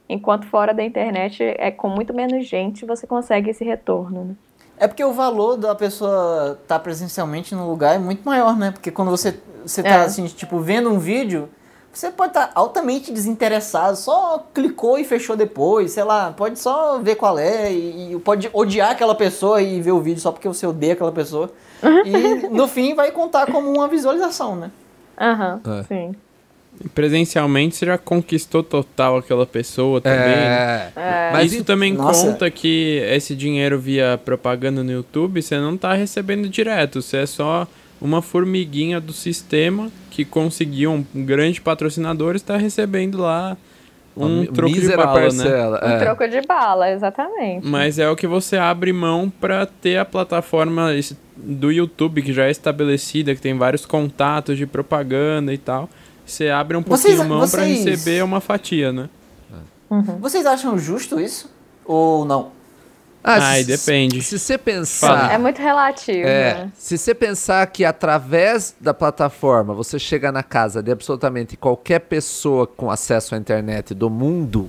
enquanto fora da internet, é com muito menos gente, você consegue esse retorno, né? É porque o valor da pessoa estar presencialmente no lugar é muito maior, né? Porque quando você, você tá, É. assim, tipo, vendo um vídeo, você pode estar altamente desinteressado, só clicou e fechou depois, sei lá, pode só ver qual é, e, e pode odiar aquela pessoa e ver o vídeo só porque você odeia aquela pessoa. E no fim vai contar como uma visualização, né? Aham, É. sim. Presencialmente você já conquistou total aquela pessoa também. né? É. Mas Mas isso e- também Nossa. conta que esse dinheiro via propaganda no YouTube, você não tá recebendo direto. Você é só uma formiguinha do sistema que conseguiu um grande patrocinador e está recebendo lá um Uma troco de mísera bala, né? parcela. Um é. troco de bala, exatamente. Mas é o que você abre mão para ter a plataforma esse- do YouTube, que já é estabelecida, que tem vários contatos de propaganda e tal. Você abre um pouquinho Vocês- mão para vocês- receber uma fatia, né? Vocês acham justo isso? Ou não? Ah, Ai, se- depende. Se você pensar... É muito relativo, É, né? se você pensar que através da plataforma você chega na casa de absolutamente qualquer pessoa com acesso à internet do mundo,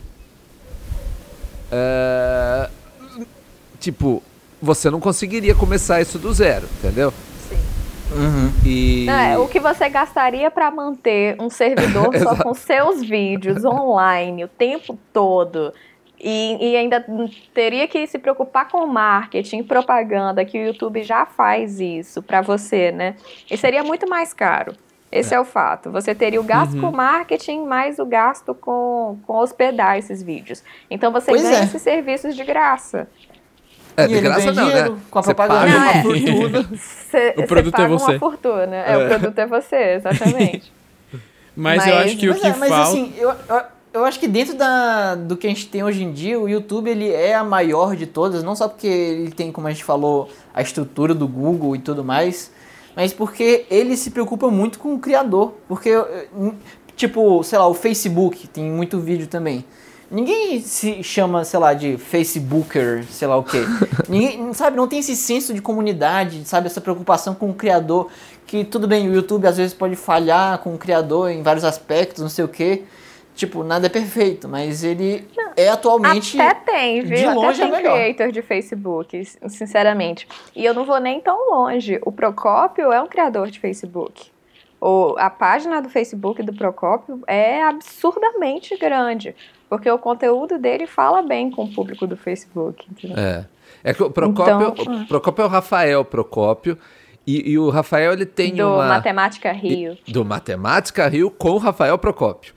é, tipo, você não conseguiria começar isso do zero, entendeu? Uhum. E É, o que você gastaria para manter um servidor só com seus vídeos online o tempo todo e, e ainda teria que se preocupar com marketing, propaganda, que o YouTube já faz isso para você, né? E seria muito mais caro. Esse é, o fato. Você teria o gasto com marketing mais o gasto com, com hospedar esses vídeos. Então você Pois ganha é. esses serviços de graça. é, E de ele graça ganha não, dinheiro né? com a Você propaganda. paga Não, uma é. fortuna. Cê, O cê produto é paga você. uma fortuna. É, o produto é você, exatamente. Mas, eu Mas- acho que o Mas, que é, mas falta... assim, eu, eu, eu acho que dentro da, do que a gente tem hoje em dia, o YouTube ele é a maior de todas, não só porque ele tem, como a gente falou, a estrutura do Google e tudo mais, mas porque ele se preocupa muito com o criador. Porque, eh, tipo, sei lá, o Facebook tem muito vídeo também. Ninguém se chama, sei lá, de Facebooker, sei lá o quê. Ninguém, sabe, não tem esse senso de comunidade, sabe, essa preocupação com o criador. Que tudo bem, o YouTube às vezes pode falhar com o criador em vários aspectos, não sei o quê. Tipo, nada é perfeito, mas ele é atualmente... Até tem, viu? de longe Até é tem melhor. creator de Facebook, sinceramente. E eu não vou nem tão longe. O Procópio é um criador de Facebook. O, a página do Facebook do Procópio é absurdamente grande. Porque o conteúdo dele fala bem com o público do Facebook. Entendeu? É. É que o Procópio, Então, o Procópio é o Rafael Procópio. E, e o Rafael, ele tem do uma... Matemática Rio. Do Matemática Rio com o Rafael Procópio.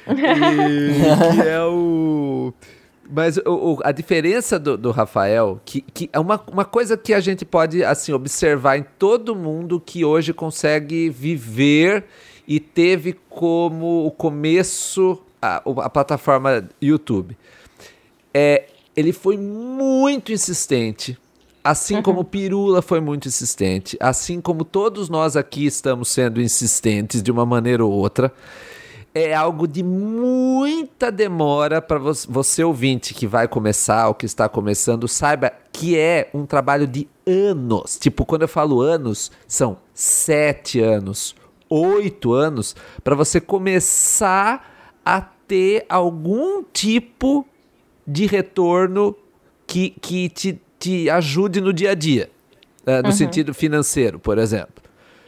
E, que é o... Mas o, o- a diferença do, do Rafael, que, que é uma, uma coisa que a gente pode assim, observar em todo mundo que hoje consegue viver e teve como o começo a, o- a plataforma YouTube. É, ele foi muito insistente, assim como o Pirula foi muito insistente, assim como todos nós aqui estamos sendo insistentes de uma maneira ou outra. É algo de muita demora para você, você ouvinte que vai começar ou que está começando, saiba que é um trabalho de anos. Tipo, quando eu falo anos, são sete anos, oito anos, para você começar a ter algum tipo de retorno que, que te, te ajude no dia a dia, uh, no sentido financeiro, por exemplo.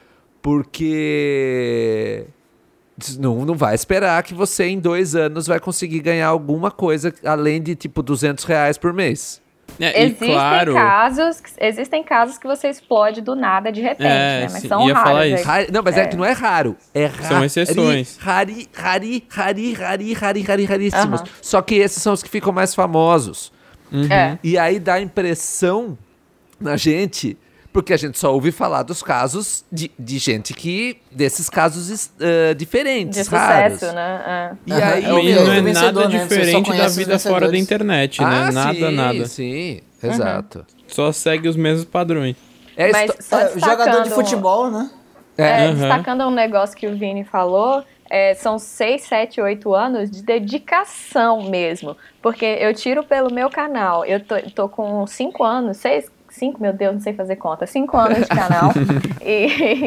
Porque... Não, não vai esperar que você em dois anos vai conseguir ganhar alguma coisa além de tipo duzentos reais por mês. É, e Existem, claro, casos, que- existem casos que você explode do nada de repente, É, né? Mas sim, são ia falar raros. isso. aí. Ra- Não, mas é. que não é raro. É raro. São exceções. Rari, rari, rari, rari, rari, rari, raríssimos. Aham. Só que esses são os que ficam mais famosos. É. E aí dá a impressão na gente, porque a gente só ouve falar dos casos de, de gente que... Desses casos uh, diferentes, De raros. sucesso, né? É. E Aham, aí... é o E não é vencedor, nada né? Você só diferente da conhece os vida fora da vencedores. internet, né? Ah, Nada, sim, nada. sim, exato. Só segue os mesmos padrões. É Mas histó- só É, o jogador de destacando- futebol, né? É. É, Aham. Destacando um negócio que o Vini falou, é, são seis, sete, oito anos de dedicação mesmo. Porque eu tiro pelo meu canal. Eu tô, tô com cinco anos, seis, cinco, meu Deus, não sei fazer conta. Cinco anos de canal. e,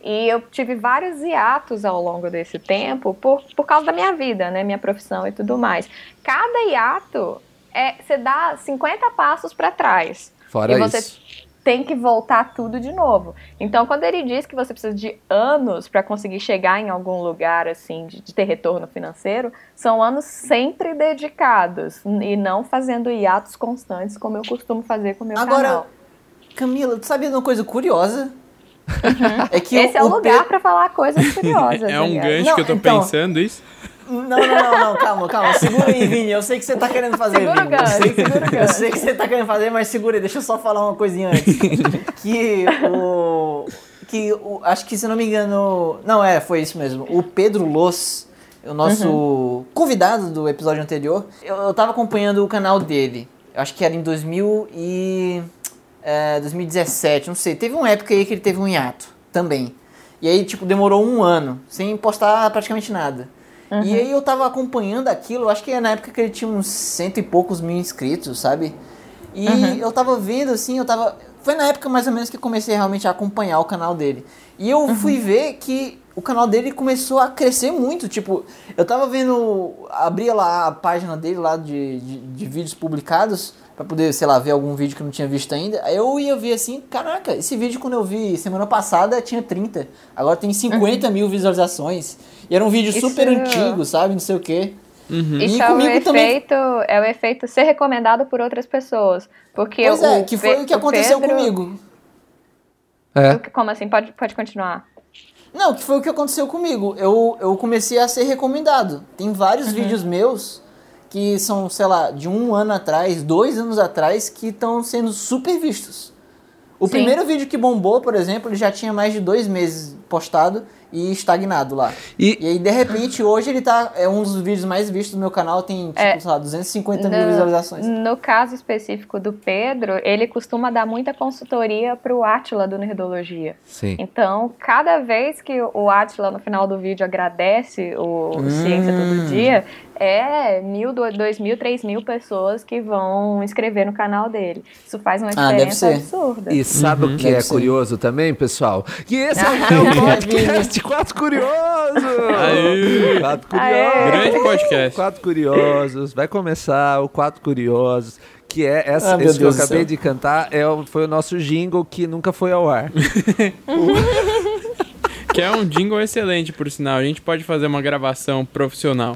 E eu tive vários hiatos ao longo desse tempo por, por causa da minha vida, né? Minha profissão e tudo mais. Cada hiato, é, você dá cinquenta passos para trás. Fora e você isso. tem que voltar tudo de novo. Então, quando ele diz que você precisa de anos para conseguir chegar em algum lugar, assim, de, de ter retorno financeiro, são anos sempre dedicados e não fazendo hiatos constantes, como eu costumo fazer com o meu Agora, canal. Camila, tu sabia de uma coisa curiosa? Uhum. É que Esse o, é o o lugar Pedro... para falar coisas curiosas. É um aliás. gancho Não, que eu tô então- pensando isso. Não, não, não, não, calma, calma. Segura aí, Vini. Eu sei que você tá querendo fazer, Segura o Vini. Eu gancho, sei, segura o eu gancho. sei que você tá querendo fazer, mas segura aí. Deixa eu só falar uma coisinha antes. que o... Que o... Acho que, se não me engano... Não, é, foi isso mesmo. O Pedro Loss, o nosso Uhum. convidado do episódio anterior, eu, eu tava acompanhando o canal dele. Eu acho que era em dois mil e... É, dois mil e dezessete, não sei. Teve uma época aí que ele teve um hiato também. E aí, tipo, demorou um ano, sem postar praticamente nada. Uhum. E aí eu tava acompanhando aquilo, acho que é na época que ele tinha uns cento e poucos mil inscritos, sabe? E Uhum. eu tava vendo, assim, eu tava... Foi na época mais ou menos que eu comecei realmente a acompanhar o canal dele. E eu Uhum. fui ver que o canal dele começou a crescer muito, tipo... Eu tava vendo... Abria lá a página dele lá de, de, de vídeos publicados... Pra poder, sei lá, ver algum vídeo que eu não tinha visto ainda. Aí eu ia ver assim, caraca, esse vídeo quando eu vi semana passada tinha trinta. Agora tem cinquenta mil visualizações. E era um vídeo Isso- super antigo, sabe? Não sei o quê. Uhum. Isso E é o, comigo também. efeito, é o efeito ser recomendado por outras pessoas. Porque Pois o, é, que foi Pe- o que aconteceu Pedro- comigo. É. o que- Como assim? Pode, pode continuar. Não, que foi o que aconteceu comigo. Eu, eu comecei a ser recomendado. Tem vários vídeos meus que são, sei lá, de um ano atrás, dois anos atrás, que estão sendo super vistos. O Sim. primeiro vídeo que bombou, por exemplo, ele já tinha mais de dois meses postado e estagnado lá. E- E aí, de repente, hoje ele tá... É um dos vídeos mais vistos do meu canal, tem, tipo, É. sei lá, duzentas e cinquenta mil No- visualizações. No caso específico do Pedro, ele costuma dar muita consultoria pro Átila do Nerdologia. Sim. Então, cada vez que o Átila, no final do vídeo, agradece o Hum. Ciência Todo Dia, é mil, do- dois mil, três mil pessoas que vão inscrever no canal dele. Isso faz uma Ah, deve diferença ser. absurda. E sabe o que Deve é ser. curioso também, pessoal? Que esse é o podcast Quatro Curiosos! Aê! Quatro Aê! Curiosos! Grande podcast. Quatro Curiosos. Vai começar o Quatro Curiosos, que é essa, Ah, meu esse que eu Deus do acabei céu. de cantar, é, o- foi o nosso jingle que nunca foi ao ar. Que é um jingle excelente, por sinal. A gente pode fazer uma gravação profissional.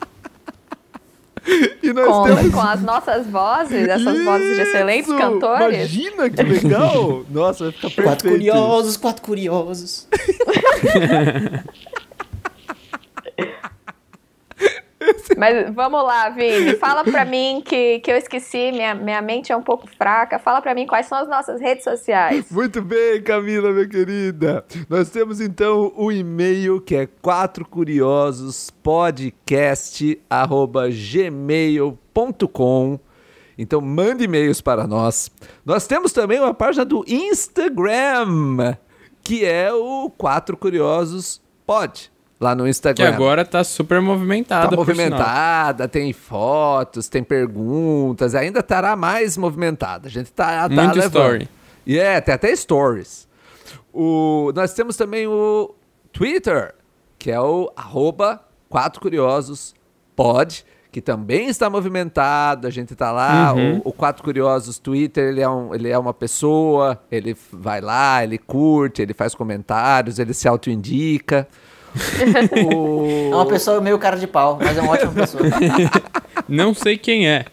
E nós Com, temos... com as nossas vozes, essas vozes de excelentes Isso! cantores. Imagina que legal! Nossa, vai ficar perfeito. Quatro curiosos, quatro curiosos. Mas vamos lá, Vini. Fala pra mim que, que eu esqueci, minha, minha mente é um pouco fraca. Fala pra mim quais são as nossas redes sociais. Muito bem, Camila, minha querida. Nós temos então o e-mail que é quatro curiosos podcast arroba gmail ponto com. Então mande e-mails para nós. Nós temos também uma página do Instagram, que é o quatro curiosos pod. Lá no Que Instagram. agora tá super movimentada, Tá por sinal. movimentada, tem fotos, tem perguntas, ainda estará mais movimentada. A gente tá, tá Muito levando. story. E é, tem até stories. O, nós temos também o Twitter, que é o arroba quatro curiosos pod, que também está movimentado. A gente tá lá, Uhum. o, o Quatro Curiosos Twitter, ele é, um, ele é uma pessoa, ele vai lá, ele curte, ele faz comentários, ele se autoindica. O- É uma pessoa meio cara de pau, mas é uma ótima pessoa. Não sei quem é.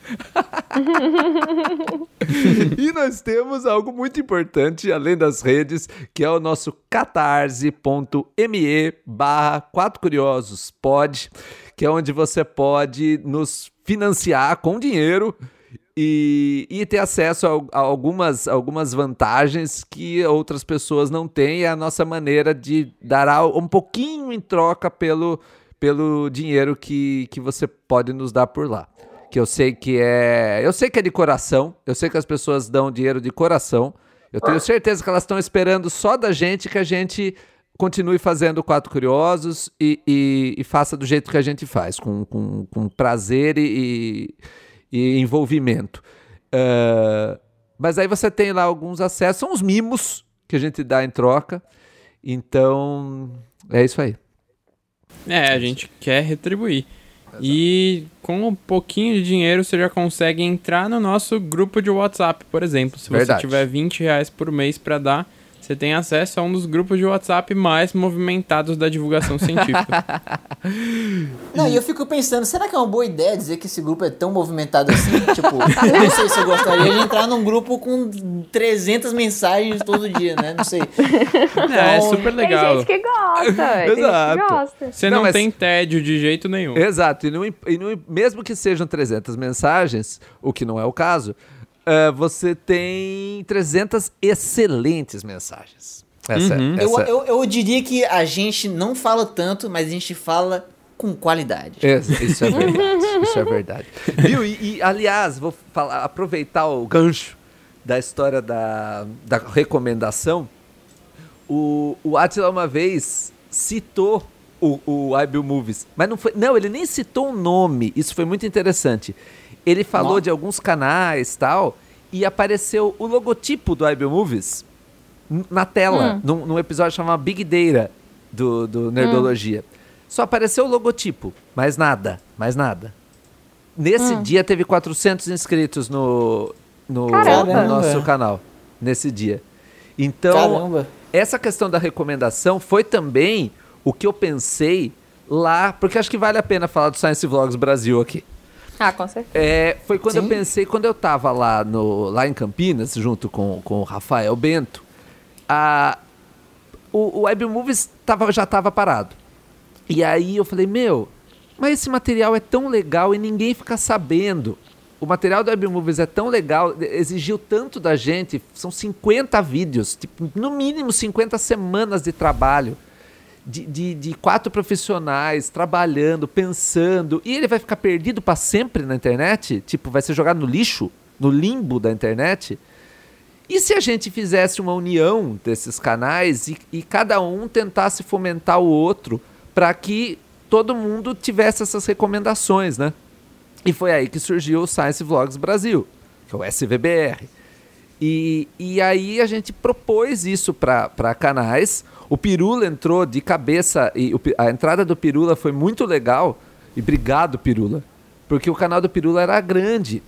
E nós temos algo muito importante, além das redes, que é o nosso catarse.me barra quatro curiosos pod, que é onde você pode nos financiar com dinheiro e, e ter acesso a, a algumas, algumas vantagens que outras pessoas não têm. É a nossa maneira de dar al- um pouquinho em troca pelo, pelo dinheiro que, que você pode nos dar por lá. Que eu sei que é. Eu sei que é de coração. Eu sei que as pessoas dão dinheiro de coração. Eu tenho certeza que elas estão esperando só da gente que a gente continue fazendo Quatro Curiosos e, e, e faça do jeito que a gente faz, com, com, com prazer e, e envolvimento. Uh, mas aí você tem lá alguns acessos, são os mimos que a gente dá em troca. Então, é isso aí. É, a gente quer retribuir. Exato. E com um pouquinho de dinheiro você já consegue entrar no nosso grupo de WhatsApp, por exemplo. Se Verdade. Você tiver vinte reais por mês para dar, você tem acesso a um dos grupos de WhatsApp mais movimentados da divulgação científica. Não, e eu fico pensando, será que é uma boa ideia dizer que esse grupo é tão movimentado assim? Tipo, eu não sei se eu gostaria de entrar num grupo com trezentas mensagens todo dia, né? Não sei. Então, é, é super legal. Tem gente que gosta. Tem Exato. gente que gosta. Você não, não mas... tem tédio de jeito nenhum. Exato. E, não, e não, mesmo que sejam trezentas mensagens, o que não é o caso... Uh, você tem trezentas excelentes mensagens. Essa, uhum. essa... Eu, eu, eu diria que a gente não fala tanto, mas a gente fala com qualidade. Isso, isso é verdade. Isso é verdade. Viu? E, e, aliás, vou falar, aproveitar o gancho da história da, da recomendação. O, o Átila uma vez citou o, o iBillMovies, mas não foi. Não, ele nem citou o nome. Isso foi muito interessante. Ele falou Nossa. de alguns canais e tal, e apareceu o logotipo do iBillMovies na tela, hum. num, num episódio chamado Big Data do, do Nerdologia. Hum. Só apareceu o logotipo, mais nada, mais nada. Nesse hum. dia teve quatrocentos inscritos no, no, no nosso canal, nesse dia. Então, Caramba. essa questão da recomendação foi também o que eu pensei lá, porque acho que vale a pena falar do Science Vlogs Brasil aqui. Ah, com certeza. É, foi quando Sim. eu pensei, quando eu tava lá, no, lá em Campinas, junto com, com o Rafael Bento, a, o, o iBillMovies tava, já estava parado. E aí eu falei, meu, mas esse material é tão legal e ninguém fica sabendo. O material do iBillMovies é tão legal, exigiu tanto da gente, são cinquenta vídeos, tipo, no mínimo cinquenta semanas de trabalho. De, de, de quatro profissionais trabalhando, pensando, e ele vai ficar perdido para sempre na internet? Tipo, vai ser jogado no lixo, no limbo da internet? E se a gente fizesse uma união desses canais e, e cada um tentasse fomentar o outro para que todo mundo tivesse essas recomendações, né? E foi aí que surgiu o Science Vlogs Brasil, que é o S V B R. E, e aí a gente propôs isso para canais. O Pirula entrou de cabeça, e o, a entrada do Pirula foi muito legal. E obrigado, Pirula, porque o canal do Pirula era grande.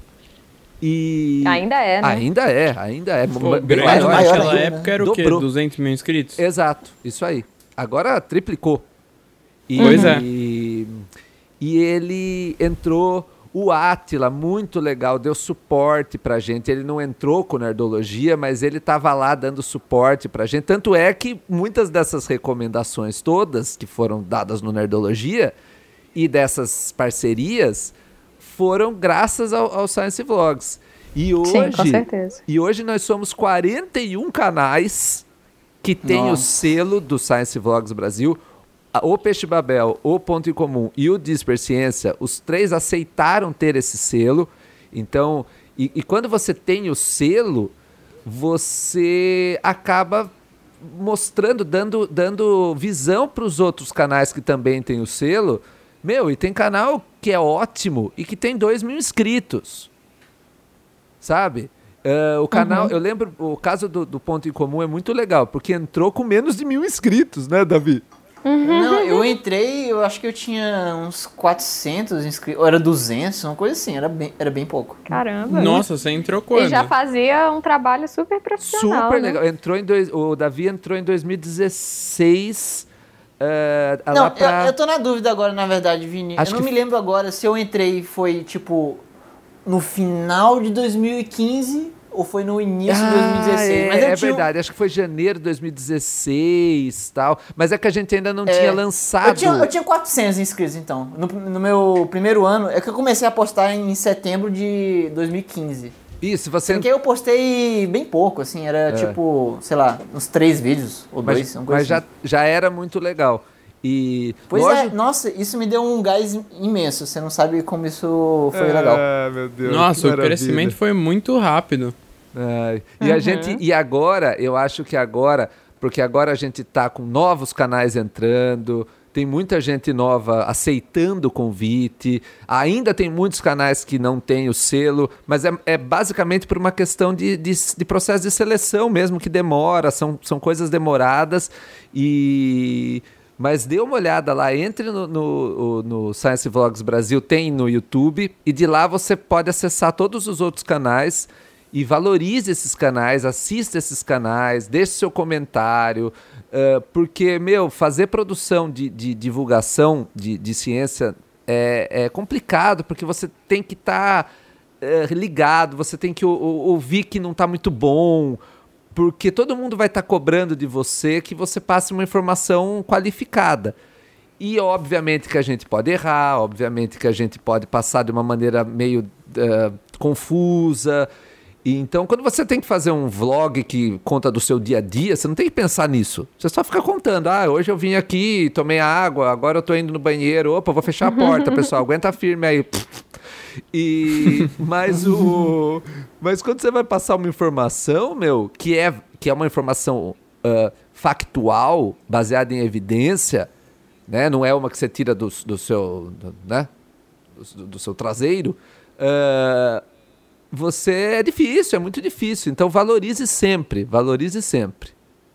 E ainda é, né? Ainda é, ainda é. Pô, grande, maior, naquela maior, época era o quê? Dobrou. duzentos mil inscritos? Exato, isso aí. Agora triplicou. E, pois é. E, e ele entrou... O Átila, muito legal, deu suporte pra gente. Ele não entrou com Nerdologia, mas ele estava lá dando suporte pra gente. Tanto é que muitas dessas recomendações todas que foram dadas no Nerdologia e dessas parcerias foram graças ao, ao Science Vlogs. E hoje, Sim, com certeza. E hoje nós somos quarenta e um canais que tem Nossa. o selo do Science Vlogs Brasil. O Peixe Babel, o Ponto em Comum e o Disperciência, os três aceitaram ter esse selo. Então, e, e quando você tem o selo, você acaba mostrando, dando, dando visão para os outros canais que também têm o selo. Meu, e tem canal que é ótimo e que tem dois mil inscritos, sabe? Uh, o canal, uhum. eu lembro, o caso do, do Ponto em Comum é muito legal, porque entrou com menos de mil inscritos, né, Davi? Uhum. Não, eu entrei, eu acho que eu tinha uns quatrocentos inscritos, ou era duzentos, uma coisa assim, era bem, era bem pouco. Caramba. Nossa, você entrou quando? E já fazia um trabalho super profissional, Super né? legal. Entrou em dois, o Davi entrou em dois mil e dezesseis. Uh, não, lá pra... eu, eu tô na dúvida agora, na verdade, Vini. Acho eu não que... me lembro agora se eu entrei foi, tipo, no final de dois mil e quinze... ou foi no início ah, de dois mil e dezesseis. É, mas é tinha... verdade, acho que foi janeiro de dois mil e dezesseis e tal. Mas é que a gente ainda não é, tinha lançado. Eu tinha, eu tinha quatrocentos inscritos, então. No, no meu primeiro ano, é que eu comecei a postar em setembro de dois mil e quinze. Isso, você... Porque eu postei bem pouco, assim, era é. tipo, sei lá, uns três vídeos ou mas, dois. Uma coisa mas assim. já, já era muito legal. E pois lógico... é, nossa, isso me deu um gás imenso. Você não sabe como isso foi é, legal. Meu Deus, nossa, o crescimento foi muito rápido. É, e uhum. a gente, e agora, eu acho que agora, porque agora a gente tá com novos canais entrando, tem muita gente nova aceitando o convite, ainda tem muitos canais que não têm o selo, mas é, é basicamente por uma questão de, de, de processo de seleção mesmo, que demora, são, são coisas demoradas, e... mas dê uma olhada lá, entre no, no, no Science Vlogs Brasil, tem no YouTube, e de lá você pode acessar todos os outros canais, e valorize esses canais, assista esses canais, deixe seu comentário, uh, porque, meu, fazer produção de, de divulgação de, de ciência é, é complicado, porque você tem que estar tá, uh, ligado, você tem que o, o, ouvir que não está muito bom, porque todo mundo vai estar tá cobrando de você que você passe uma informação qualificada. E, obviamente, que a gente pode errar, obviamente que a gente pode passar de uma maneira meio uh, confusa. E então, quando você tem que fazer um vlog que conta do seu dia a dia, você não tem que pensar nisso. Você só fica contando. Ah, hoje eu vim aqui, tomei água, agora eu tô indo no banheiro. Opa, vou fechar a porta, pessoal. Aguenta firme aí. E, mas, o, mas quando você vai passar uma informação, meu, que é, que é uma informação uh, factual, baseada em evidência, né? Não é uma que você tira do, do, seu, do, né? do, do seu traseiro, uh, você é difícil, é muito difícil. Então valorize sempre, valorize sempre.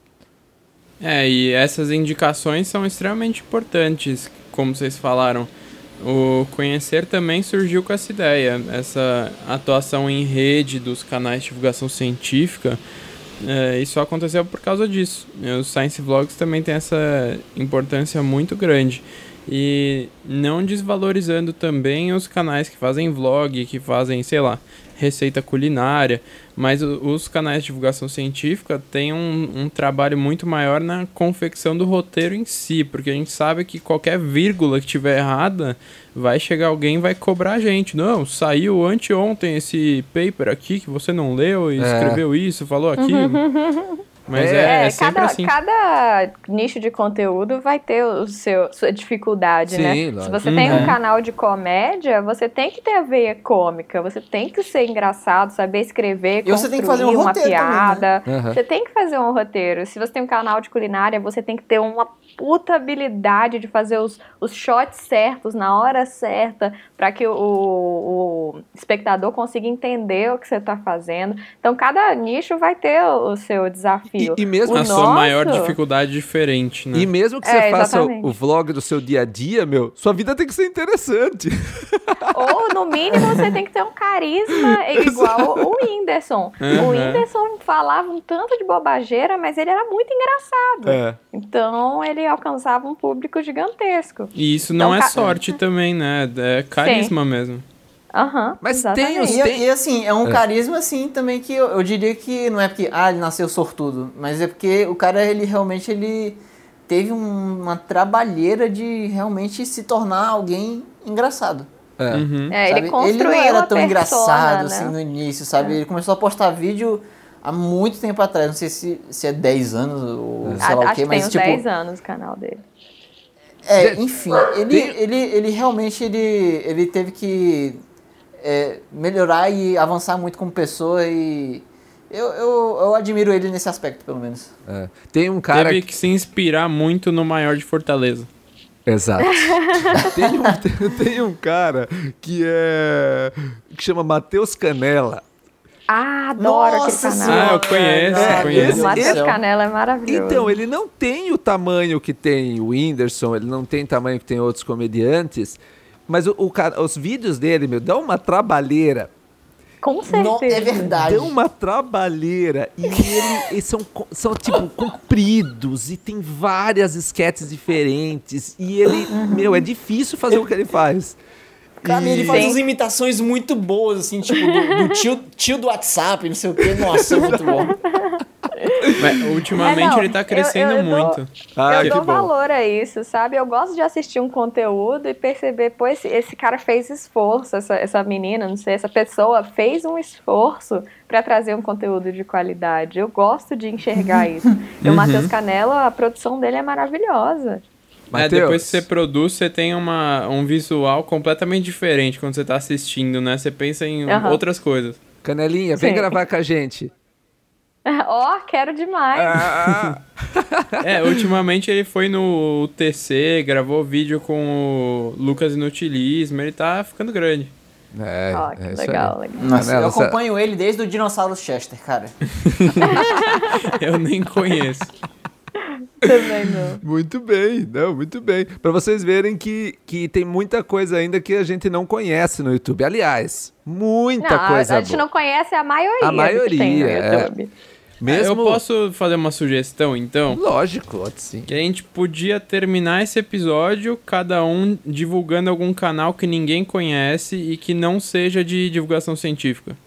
É, e essas indicações são extremamente importantes, como vocês falaram. O Conhecer também surgiu com essa ideia, essa atuação em rede dos canais de divulgação científica, é, e só aconteceu por causa disso. Os Science Vlogs também têm essa importância muito grande. E não desvalorizando também os canais que fazem vlog, que fazem, sei lá, receita culinária, mas o, os canais de divulgação científica têm um, um trabalho muito maior na confecção do roteiro em si, porque a gente sabe que qualquer vírgula que tiver errada, vai chegar alguém e vai cobrar a gente. Não, saiu anteontem esse paper aqui que você não leu e é. escreveu isso, falou aquilo. Mas é, é, é sempre cada, assim. Cada nicho de conteúdo vai ter o seu, sua dificuldade, Sim, né? lógico. Se você Uhum. tem um canal de comédia, você tem que ter a veia cômica, você tem que ser engraçado, saber escrever, E você tem que fazer um uma roteiro piada. também, né? Uhum. Você tem que fazer um roteiro. Se você tem um canal de culinária, você tem que ter uma puta habilidade de fazer os, os shots certos na hora certa para que o, o espectador consiga entender o que você está fazendo. Então, cada nicho vai ter o, o seu desafio. E, e mesmo a o sua nosso... maior dificuldade diferente, né? E mesmo que você É, faça o, exatamente. o vlog do seu dia a dia, meu, sua vida tem que ser interessante. Ou, no mínimo, você tem que ter um carisma igual o Whindersson. Uhum. O Whindersson falava um tanto de bobageira, mas ele era muito engraçado. É. Então, ele alcançava um público gigantesco. E isso não Então, é ca- sorte também, né? É carisma mesmo. Aham, Mas exatamente. tem os- E, Tem- e, assim, é um É. carisma, assim, também que eu, eu diria que não é porque, ah, ele nasceu sortudo, mas é porque o cara, ele realmente, ele teve um- uma trabalheira de realmente se tornar alguém engraçado. É. Uhum. É, sabe? ele construiu não era a tão persona, engraçado, né? assim, no início, sabe? Ele começou a postar vídeo há muito tempo atrás, não sei se, se é dez anos ou É. sei lá Acho o quê, que tem mas uns tipo... dez anos o canal dele. É, enfim, ele, Tem- ele, ele realmente ele, ele teve que é, melhorar e avançar muito como pessoa e eu, eu, eu admiro ele nesse aspecto, pelo menos. É. Tem um cara Teve que... que se inspirar muito no Maior de Fortaleza. Exato. tem, um, tem, tem um cara que é... que chama Matheus Canela. Ah, adoro Nossa aquele canal. Senhora, Ah, eu conheço, cara, conheço. O Matheus esse- Canela é maravilhoso. Então, ele não tem o tamanho que tem o Whindersson, ele não tem o tamanho que tem outros comediantes, mas o, o cara, os vídeos dele, meu, dão uma trabalheira. Com Não, certeza. é verdade. Dão uma trabalheira. E ele, eles são, co- são, tipo, compridos e tem várias esquetes diferentes. E ele, meu, é difícil fazer o que ele faz. Cara, E- ele faz Sim. umas imitações muito boas, assim, tipo, do, do tio, tio do WhatsApp, não sei o quê. Nossa, é muito bom. Mas, ultimamente É, não, ele tá crescendo eu- eu dou- muito. Ah, eu que dou bom. valor a isso, sabe? Eu gosto de assistir um conteúdo e perceber, pô, esse, esse cara fez esforço, essa, essa menina, não sei, essa pessoa fez um esforço pra trazer um conteúdo de qualidade. Eu gosto de enxergar isso. E o Uhum. Matheus Canela, a produção dele é maravilhosa. É, Mateus, depois que você produz, você tem uma, um visual completamente diferente quando você tá assistindo, né? Você pensa em Aham. outras coisas. Canelinha, vem Sim. gravar com a gente. Ó, oh, quero demais. Ah. É, ultimamente ele foi no T C, gravou vídeo com o Lucas Inutilismo, ele tá ficando grande. É, Ó, oh, que é isso legal, aí. legal. Nossa, Ela, eu acompanho ele desde o Dinossauro Chester, cara. Eu nem conheço. Também não. Muito bem, não, muito bem. Pra vocês verem que, que tem muita coisa ainda que a gente não conhece no YouTube. Aliás, muita não, coisa a, a gente boa. não conhece a maioria, A maioria, que tem no é. YouTube. Mesmo... Eu posso fazer uma sugestão, então? Lógico, pode sim. Que a gente podia terminar esse episódio, cada um divulgando algum canal que ninguém conhece e que não seja de divulgação científica.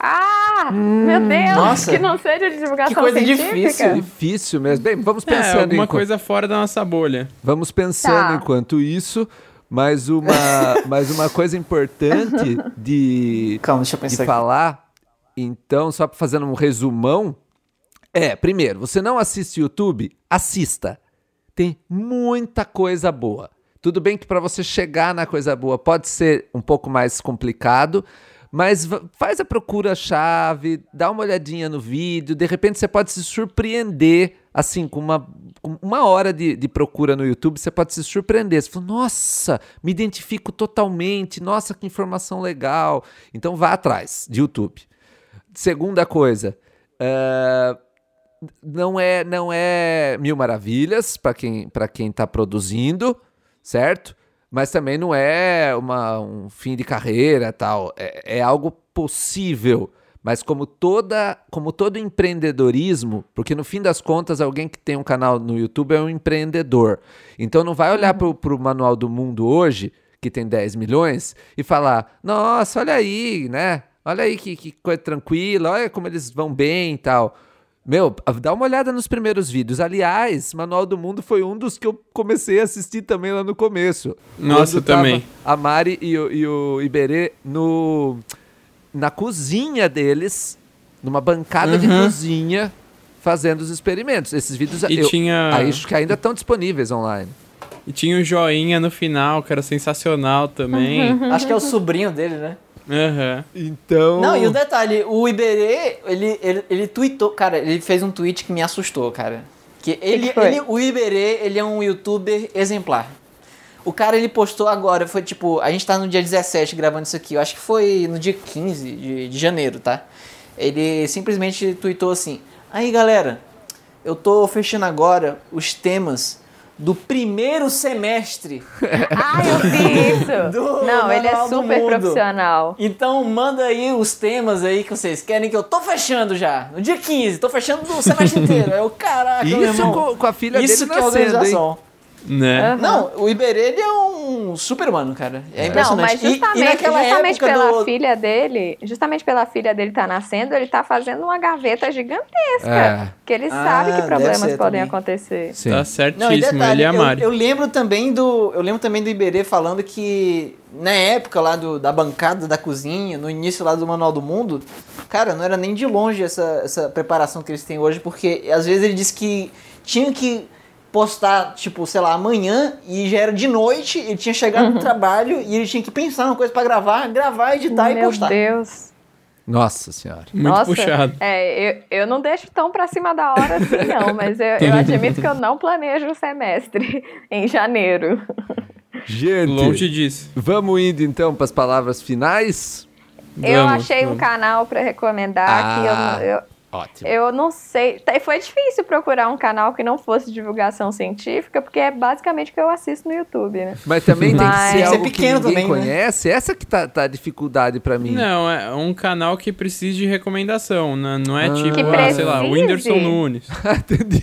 Ah, meu Deus, nossa. que não seja de divulgação Que coisa científica. difícil. Difícil mesmo. Bem, vamos É, pensando alguma enquanto... coisa fora da nossa bolha. Vamos pensando Tá. enquanto isso, mas uma, mas uma coisa importante de, Calma, deixa eu de pensar aqui. falar, então, só fazendo um resumão, é, primeiro, você não assiste YouTube? Assista. Tem muita coisa boa. Tudo bem que para você chegar na coisa boa pode ser um pouco mais complicado, mas v- faz a procura-chave, dá uma olhadinha no vídeo, de repente você pode se surpreender, assim, com uma, com uma hora de, de procura no YouTube, você pode se surpreender. Você fala, nossa, me identifico totalmente, nossa, que informação legal. Então vá atrás de YouTube. Segunda coisa, uh, não é, não é mil maravilhas para quem, para quem tá produzindo, certo? Mas também não é uma, um fim de carreira, tal. É, é algo possível. Mas como, toda, como todo empreendedorismo, porque no fim das contas alguém que tem um canal no YouTube é um empreendedor. Então não vai olhar uhum. para o Manual do Mundo hoje, que tem dez milhões, e falar, nossa, olha aí, né? Olha aí que, que coisa tranquila, olha como eles vão bem e tal. Meu, dá uma olhada nos primeiros vídeos. Aliás, Manual do Mundo foi um dos que eu comecei a assistir também lá no começo. Nossa, também. A Mari e o, e o Iberê no, na cozinha deles, numa bancada uhum. de cozinha, fazendo os experimentos. Esses vídeos e eu, tinha... acho que ainda estão disponíveis online. E tinha o joinha no final, que era sensacional também. Uhum. Acho que é o sobrinho dele, né? Aham. Uhum. Então... Não, e o detalhe, o Iberê, ele, ele, ele tweetou, cara, ele fez um tweet que me assustou, cara. Que ele, que ele, o Iberê, ele é um youtuber exemplar. O cara, ele postou agora, foi tipo, a gente tá no dia dezessete gravando isso aqui, eu acho que foi no dia quinze de, de janeiro, tá? Ele simplesmente tweetou assim, aí galera, eu tô fechando agora os temas do primeiro semestre. Ah, eu vi isso. Não, ele é super profissional. Então manda aí os temas aí que vocês querem, que eu tô fechando já. No dia quinze, tô fechando o semestre inteiro. É o caraca, isso meu irmão. Com, com a filha isso dele que nascendo, é organização. Hein? Né? Uhum. Não, o Iberê, ele é um super humano, cara. É impressionante. Não, mas justamente, e, e naquela justamente época pela do... filha dele, justamente pela filha dele tá nascendo, ele tá fazendo uma gaveta gigantesca. É. Que ele Ah, sabe que problemas deve ser podem também. acontecer. Sim. Tá certíssimo, Não, e detalhe, ele é a Mari. eu, eu lembro também do eu lembro também do Iberê falando que na época lá do, da bancada da cozinha, no início lá do Manual do Mundo, cara, não era nem de longe essa, essa preparação que eles têm hoje, porque às vezes ele disse que tinha que postar, tipo, sei lá, amanhã, e já era de noite, ele tinha chegado Uhum. no trabalho e ele tinha que pensar numa coisa pra gravar, gravar, editar Meu e postar. Deus. Nossa senhora. Muito Nossa, puxado. É, eu, eu não deixo tão pra cima da hora assim, não, mas eu, eu admito que eu não planejo o semestre em janeiro. Gente, Longe disso. vamos indo então para as palavras finais? Eu Vamos, achei um vamos. canal pra recomendar Ah. que eu, não- eu, Ótimo. eu não sei. Tá, foi difícil procurar um canal que não fosse divulgação científica, porque é basicamente o que eu assisto no YouTube, né? Mas também tem que Mas- ser Tem que ser algo pequeno que ninguém também, né? conhece. Essa que tá, tá a dificuldade para mim. Não, é um canal que precisa de recomendação, né? Não é Ah. tipo, Que ah, sei lá, o precise. Whindersson Nunes. Entendi.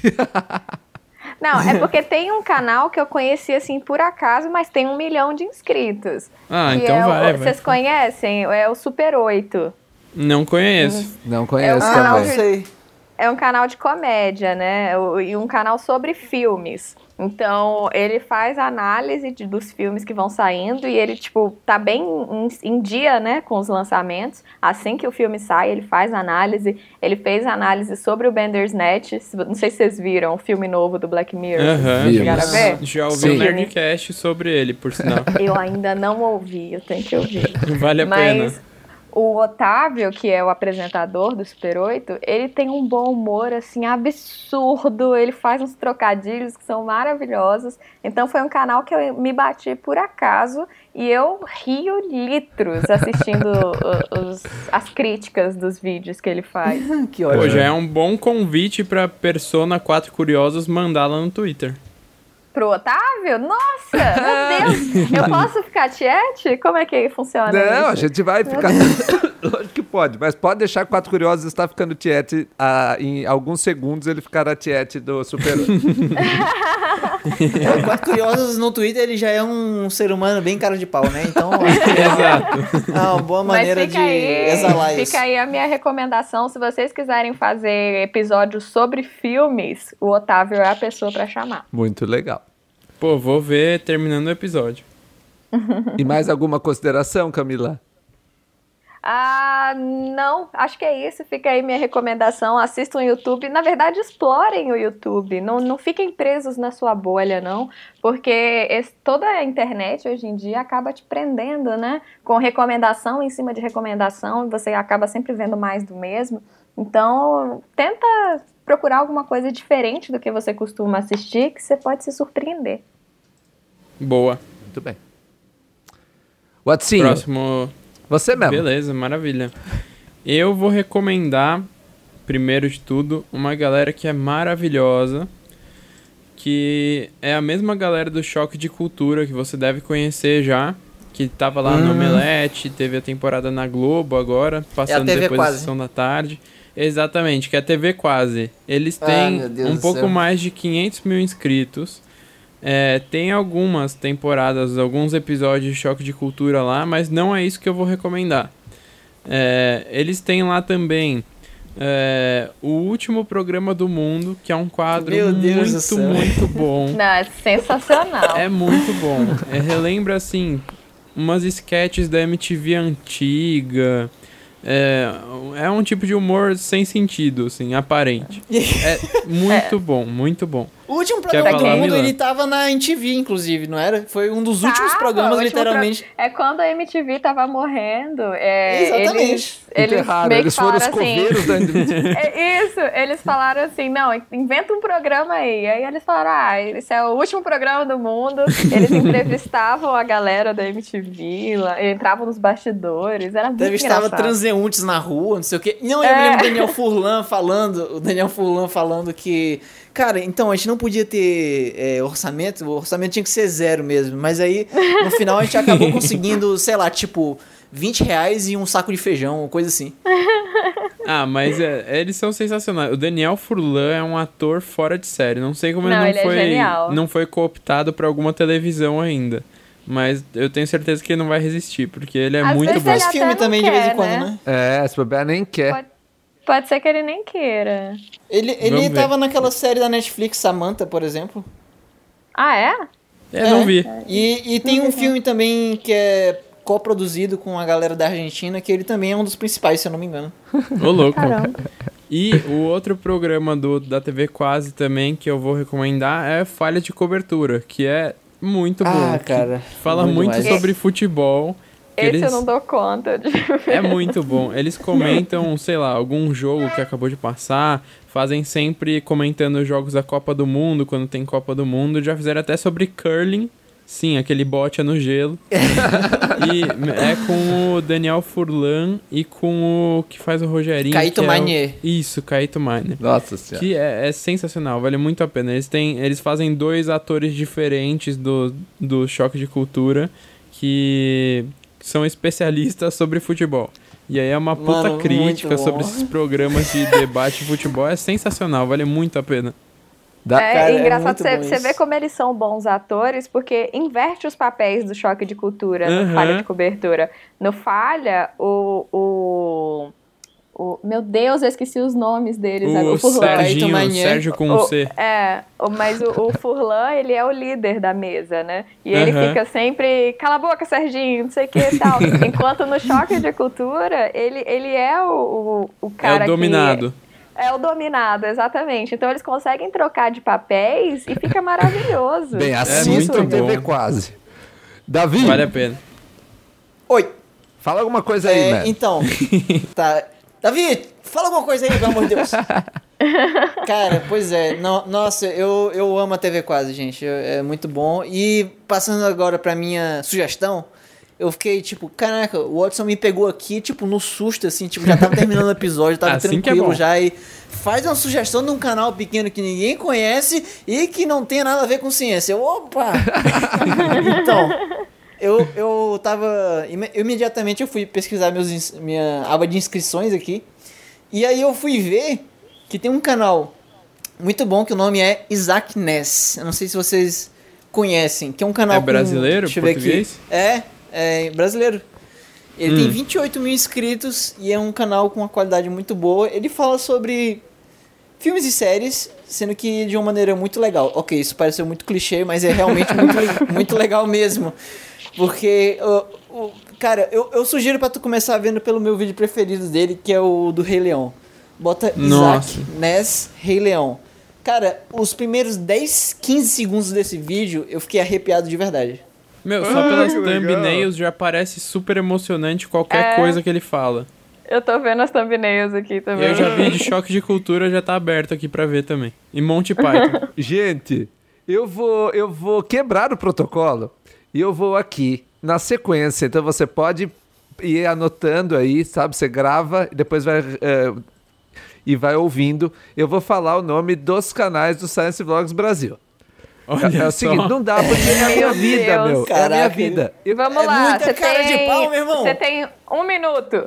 Não, é porque tem um canal que eu conheci assim por acaso, mas tem um milhão de inscritos. Ah, que então é o- vai, vai. Vocês conhecem? É o Super oito. Não conheço. Não conheço É o Ah, canal também. não sei. É um canal de comédia, né? O- E um canal sobre filmes. Então, ele faz análise de- dos filmes que vão saindo e ele, tipo, tá bem em, em dia, né, com os lançamentos. Assim que o filme sai, ele faz análise. Ele fez análise sobre o Bandersnatch. Se- Não sei se vocês viram o filme novo do Black Mirror. Aham. Vocês chegaram a ver? Já ouvi Sim. um Nerdcast sobre ele, por sinal. Eu ainda não ouvi, eu tenho que ouvir. Vale a pena. Mas O Otávio, que é o apresentador do Super oito, ele tem um bom humor, assim, absurdo. Ele faz uns trocadilhos que são maravilhosos. Então foi um canal que eu me bati por acaso e eu rio litros assistindo os, as críticas dos vídeos que ele faz. Que ótimo. Pô, já é um bom convite pra Persona quatro Curiosos mandar lá no Twitter. Pro Otávio? Nossa, meu Deus! Eu posso ficar tiete? Como é que funciona Não, isso? a gente vai ficar... Lógico que pode, mas pode deixar que Quatro Curiosos está ficando tiete. Ah, em alguns segundos ele ficará tiete do Super oito. O Quatro Curiosos no Twitter, ele já é um ser humano bem cara de pau, né? Então, Exato. é uma boa maneira de aí, exalar fica isso. Fica aí a minha recomendação. Se vocês quiserem fazer episódios sobre filmes, o Otávio é a pessoa pra chamar. Muito legal. Pô, vou ver terminando o episódio. E mais alguma consideração, Camila? Ah, não, acho que é isso. Fica aí minha recomendação. Assistam o YouTube. Na verdade, explorem o YouTube. Não, não fiquem presos na sua bolha, não. Porque esse, toda a internet hoje em dia acaba te prendendo, né? Com recomendação em cima de recomendação. Você acaba sempre vendo mais do mesmo. Então, tenta procurar alguma coisa diferente do que você costuma assistir, que você pode se surpreender. Boa. Muito bem. Watsinho, Próximo... você mesmo. Beleza, maravilha. Eu vou recomendar, primeiro de tudo, uma galera que é maravilhosa, que é a mesma galera do Choque de Cultura, que você deve conhecer já, que tava lá Hum. no Omelete, teve a temporada na Globo agora, passando T V depois da Quase. sessão da tarde. Exatamente, que é a T V Quase. Eles Ah, têm meu Deus um do pouco céu. mais de quinhentos mil inscritos. É, tem algumas temporadas, alguns episódios de Choque de Cultura lá, mas não é isso que eu vou recomendar. É, eles têm lá também é, o Último Programa do Mundo, que é um quadro Meu Deus do muito, céu. muito bom. Não, é sensacional. É muito bom. É, relembra, assim, umas sketches da M T V antiga. É, é um tipo de humor sem sentido, assim, aparente. É muito bom, muito bom. O último Quer programa do falar, mundo, Milan? ele tava na M T V, inclusive, não era? Foi um dos últimos Tava, programas, o último literalmente. pro- É quando a M T V tava morrendo. É, Exatamente. Eles, eles Enterraram, meio que eles foram os falaram assim. coveiros da M T V. É isso, eles falaram assim, não, inventa um programa aí. Aí eles falaram, ah, esse é o último programa do mundo. Eles entrevistavam a galera da M T V, lá, entravam nos bastidores, era muito Entrevistava engraçado. transeuntes na rua, não sei o quê. Não, eu É. me lembro do Daniel Furlan falando, o Daniel Furlan falando que, cara, então a gente não podia ter é, orçamento, o orçamento tinha que ser zero mesmo, mas aí no final a gente acabou conseguindo, sei lá, tipo, vinte reais e um saco de feijão, coisa assim. Ah, mas é, eles são sensacionais. O Daniel Furlan é um ator fora de série. Não sei como Não, ele ele não é foi, genial. não foi cooptado pra alguma televisão ainda. Mas eu tenho certeza que ele não vai resistir, porque ele é Às muito vezes bom. ele Faz até filme não também de vez em quer, quando, né? né? É, se bobear nem quer. Pode, pode ser que ele nem queira. Ele, ele Vamos ver. tava naquela série da Netflix, Samantha, por exemplo. Ah, é? É, não vi. E, e tem um filme também que é coproduzido com a galera da Argentina, que ele também é um dos principais, se eu não me engano. Ô, louco. Caramba. E o outro programa do, da T V Quase também que eu vou recomendar é Falha de Cobertura, que é muito bom. Ah, que cara. Fala bom muito demais. sobre futebol. que Esse eles... eu não dou conta. De... É muito bom. Eles comentam, sei lá, algum jogo que acabou de passar. Fazem sempre comentando os jogos da Copa do Mundo, quando tem Copa do Mundo. Já fizeram até sobre curling. Sim, aquele bote no gelo. E é com o Daniel Furlan e com o que faz o Rogerinho. Caíto que é o- Mainier. Isso, Caíto Mainier. Nossa senhora. Que é, é sensacional, vale muito a pena. Eles, têm, eles fazem dois atores diferentes do, do Choque de Cultura que são especialistas sobre futebol. E aí é uma puta Mano, crítica muito bom. sobre esses programas de debate de futebol. É sensacional, vale muito a pena. Dá- É Cara, é engraçado muito você, bom você isso. ver como eles são bons atores, porque inverte os papéis do Choque de Cultura no Uhum. Falha de Cobertura. No Falha, o, o, o... Meu Deus, eu esqueci os nomes deles. né? O Furlan. Caíto Serginho, Mainier. Sérgio com O- C. É, o- mas o, o Furlan, ele é o líder da mesa, né? E ele Aham. fica sempre, cala a boca, Serginho, não sei o que e tal. Enquanto no Choque de Cultura, ele, ele é o, o, o É cara o dominado. que... É o dominado, exatamente. Então eles conseguem trocar de papéis e fica maravilhoso. Bem, muito assista o T V bom. Quase. Davi, Vale a pena. Oi. Fala alguma coisa aí, É, né? então, tá. Davi, fala alguma coisa aí, pelo amor de Deus. Cara, pois é. No, nossa, eu, eu amo a T V Quase, gente. É muito bom. E passando agora pra minha sugestão, eu fiquei tipo, caraca, o Watson me pegou aqui, tipo, no susto, assim, tipo, já tava terminando o episódio, tava Assim que é tranquilo bom. já. E faz uma sugestão de um canal pequeno que ninguém conhece e que não tem nada a ver com ciência. Eu, opa! Então, eu, eu tava. ime- Imediatamente eu fui pesquisar meus, ins- minha aba de inscrições aqui. E aí eu fui ver que tem um canal muito bom que o nome é Isaac Ness. Eu não sei se vocês conhecem, que é um canal É brasileiro, com, deixa eu ver português? aqui. É, é brasileiro. Ele Hum. tem vinte e oito mil inscritos e é um canal com uma qualidade muito boa. Ele fala sobre filmes e séries, sendo que de uma maneira muito legal. Ok, isso pareceu muito clichê, mas é realmente muito, le- muito legal mesmo. Porque, uh, o- cara, eu, eu sugiro pra tu começar vendo pelo meu vídeo preferido dele, que é o do Rei Leão. Bota Nossa. Isaac Ness Rei Leão. Cara, os primeiros dez, quinze segundos desse vídeo, eu fiquei arrepiado de verdade. Meu, só Ah, pelas que legal. thumbnails já parece super emocionante qualquer É. coisa que ele fala. Eu tô vendo as thumbnails aqui E também. eu já vi de Choque de Cultura, já tá aberto aqui pra ver também. E Monty Python. Gente, eu vou, eu vou quebrar o protocolo e eu vou aqui na sequência. Então você pode ir anotando aí, sabe? Você grava e depois vai eh, e vai ouvindo. Eu vou falar o nome dos canais do Science Vlogs Brasil. Olha É, é o só. seguinte, não dá porque é a minha Meu vida, Deus. meu. É a minha Caraca, vida. Eu- Vamos É lá, muita você cara de tem... pau, meu irmão. Você tem um minuto.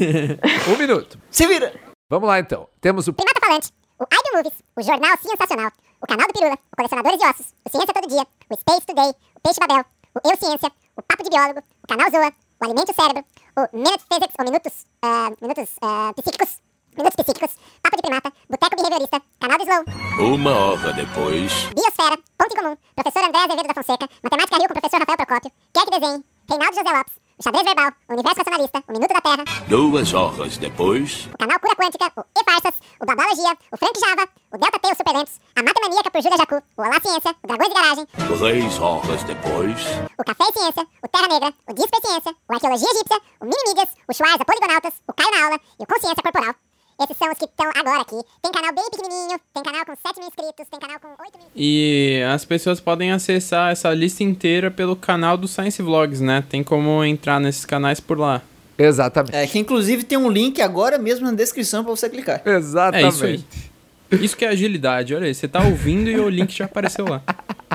Um minuto. Se vira! Vamos lá então. Temos o Primata Falante, o I Do Movies, o Jornal Sensacional, o Canal do Pirula, o Colecionadores de Ossos, o Ciência Todo Dia, o Space Today, o Peixe Babel, o Eu Ciência, o Papo de Biólogo, o Canal Zoa, o Alimento o Cérebro, o Minute Physics, ou Minutos, ah, Minutos ah, Psíquicos, Minutos Psíquicos, Papo de Primata, Boteco Behaviorista, Canal do Slow, Uma hora depois. Biosfera, Ponto em Comum, Professor André Azevedo da Fonseca, Matemática Rio com o Professor Rafael Procópio, Quer que Desenhe, Reinaldo José Lopes, o Xadrez Verbal, o Universo Racionalista, o Minuto da Terra, Duas horas depois. o Canal Cura Quântica, o E-Farsas, o Babalogia, o Frank Java, o Delta T, os Superlentos, a Matemaníaca por Júlia Jacu, o Olá Ciência, o Dragões de Garagem, Três horas depois. o Café e Ciência, o Terra Negra, o Disco e Ciência, o Arqueologia Egípcia, o Mini Mídias, o Schwarza Poligonautas, o Caio na Aula e o Consciência Corporal. Esses são os que estão agora aqui. Tem canal bem pequenininho, tem canal com sete mil inscritos, tem canal com oito mil... E as pessoas podem acessar essa lista inteira pelo canal do Science Vlogs, né? Tem como entrar nesses canais por lá. Exatamente. É, que inclusive tem um link agora mesmo na descrição pra você clicar. Exatamente. É isso aí. Isso que é agilidade, olha aí. Você tá ouvindo e o link já apareceu lá.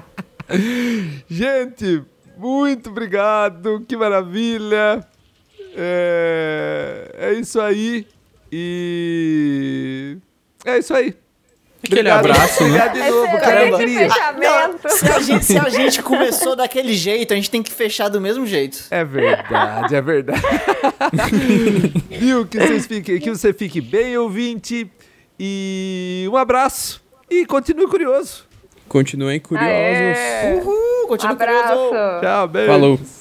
Gente, muito obrigado. Que maravilha. É, é isso aí. E é isso aí. Aquele Obrigado. abraço, né? Obrigado de novo, cara. Excelente Alegria. fechamento. Se a, gente, se a gente começou daquele jeito, a gente tem que fechar do mesmo jeito. É verdade, é verdade. Viu? Que, vocês fiquem, que você fique bem, ouvinte. E um abraço. E continue curioso. Continuem curiosos. Aê. Uhul, continua curioso. Abraço. Tchau, beijo. Falou.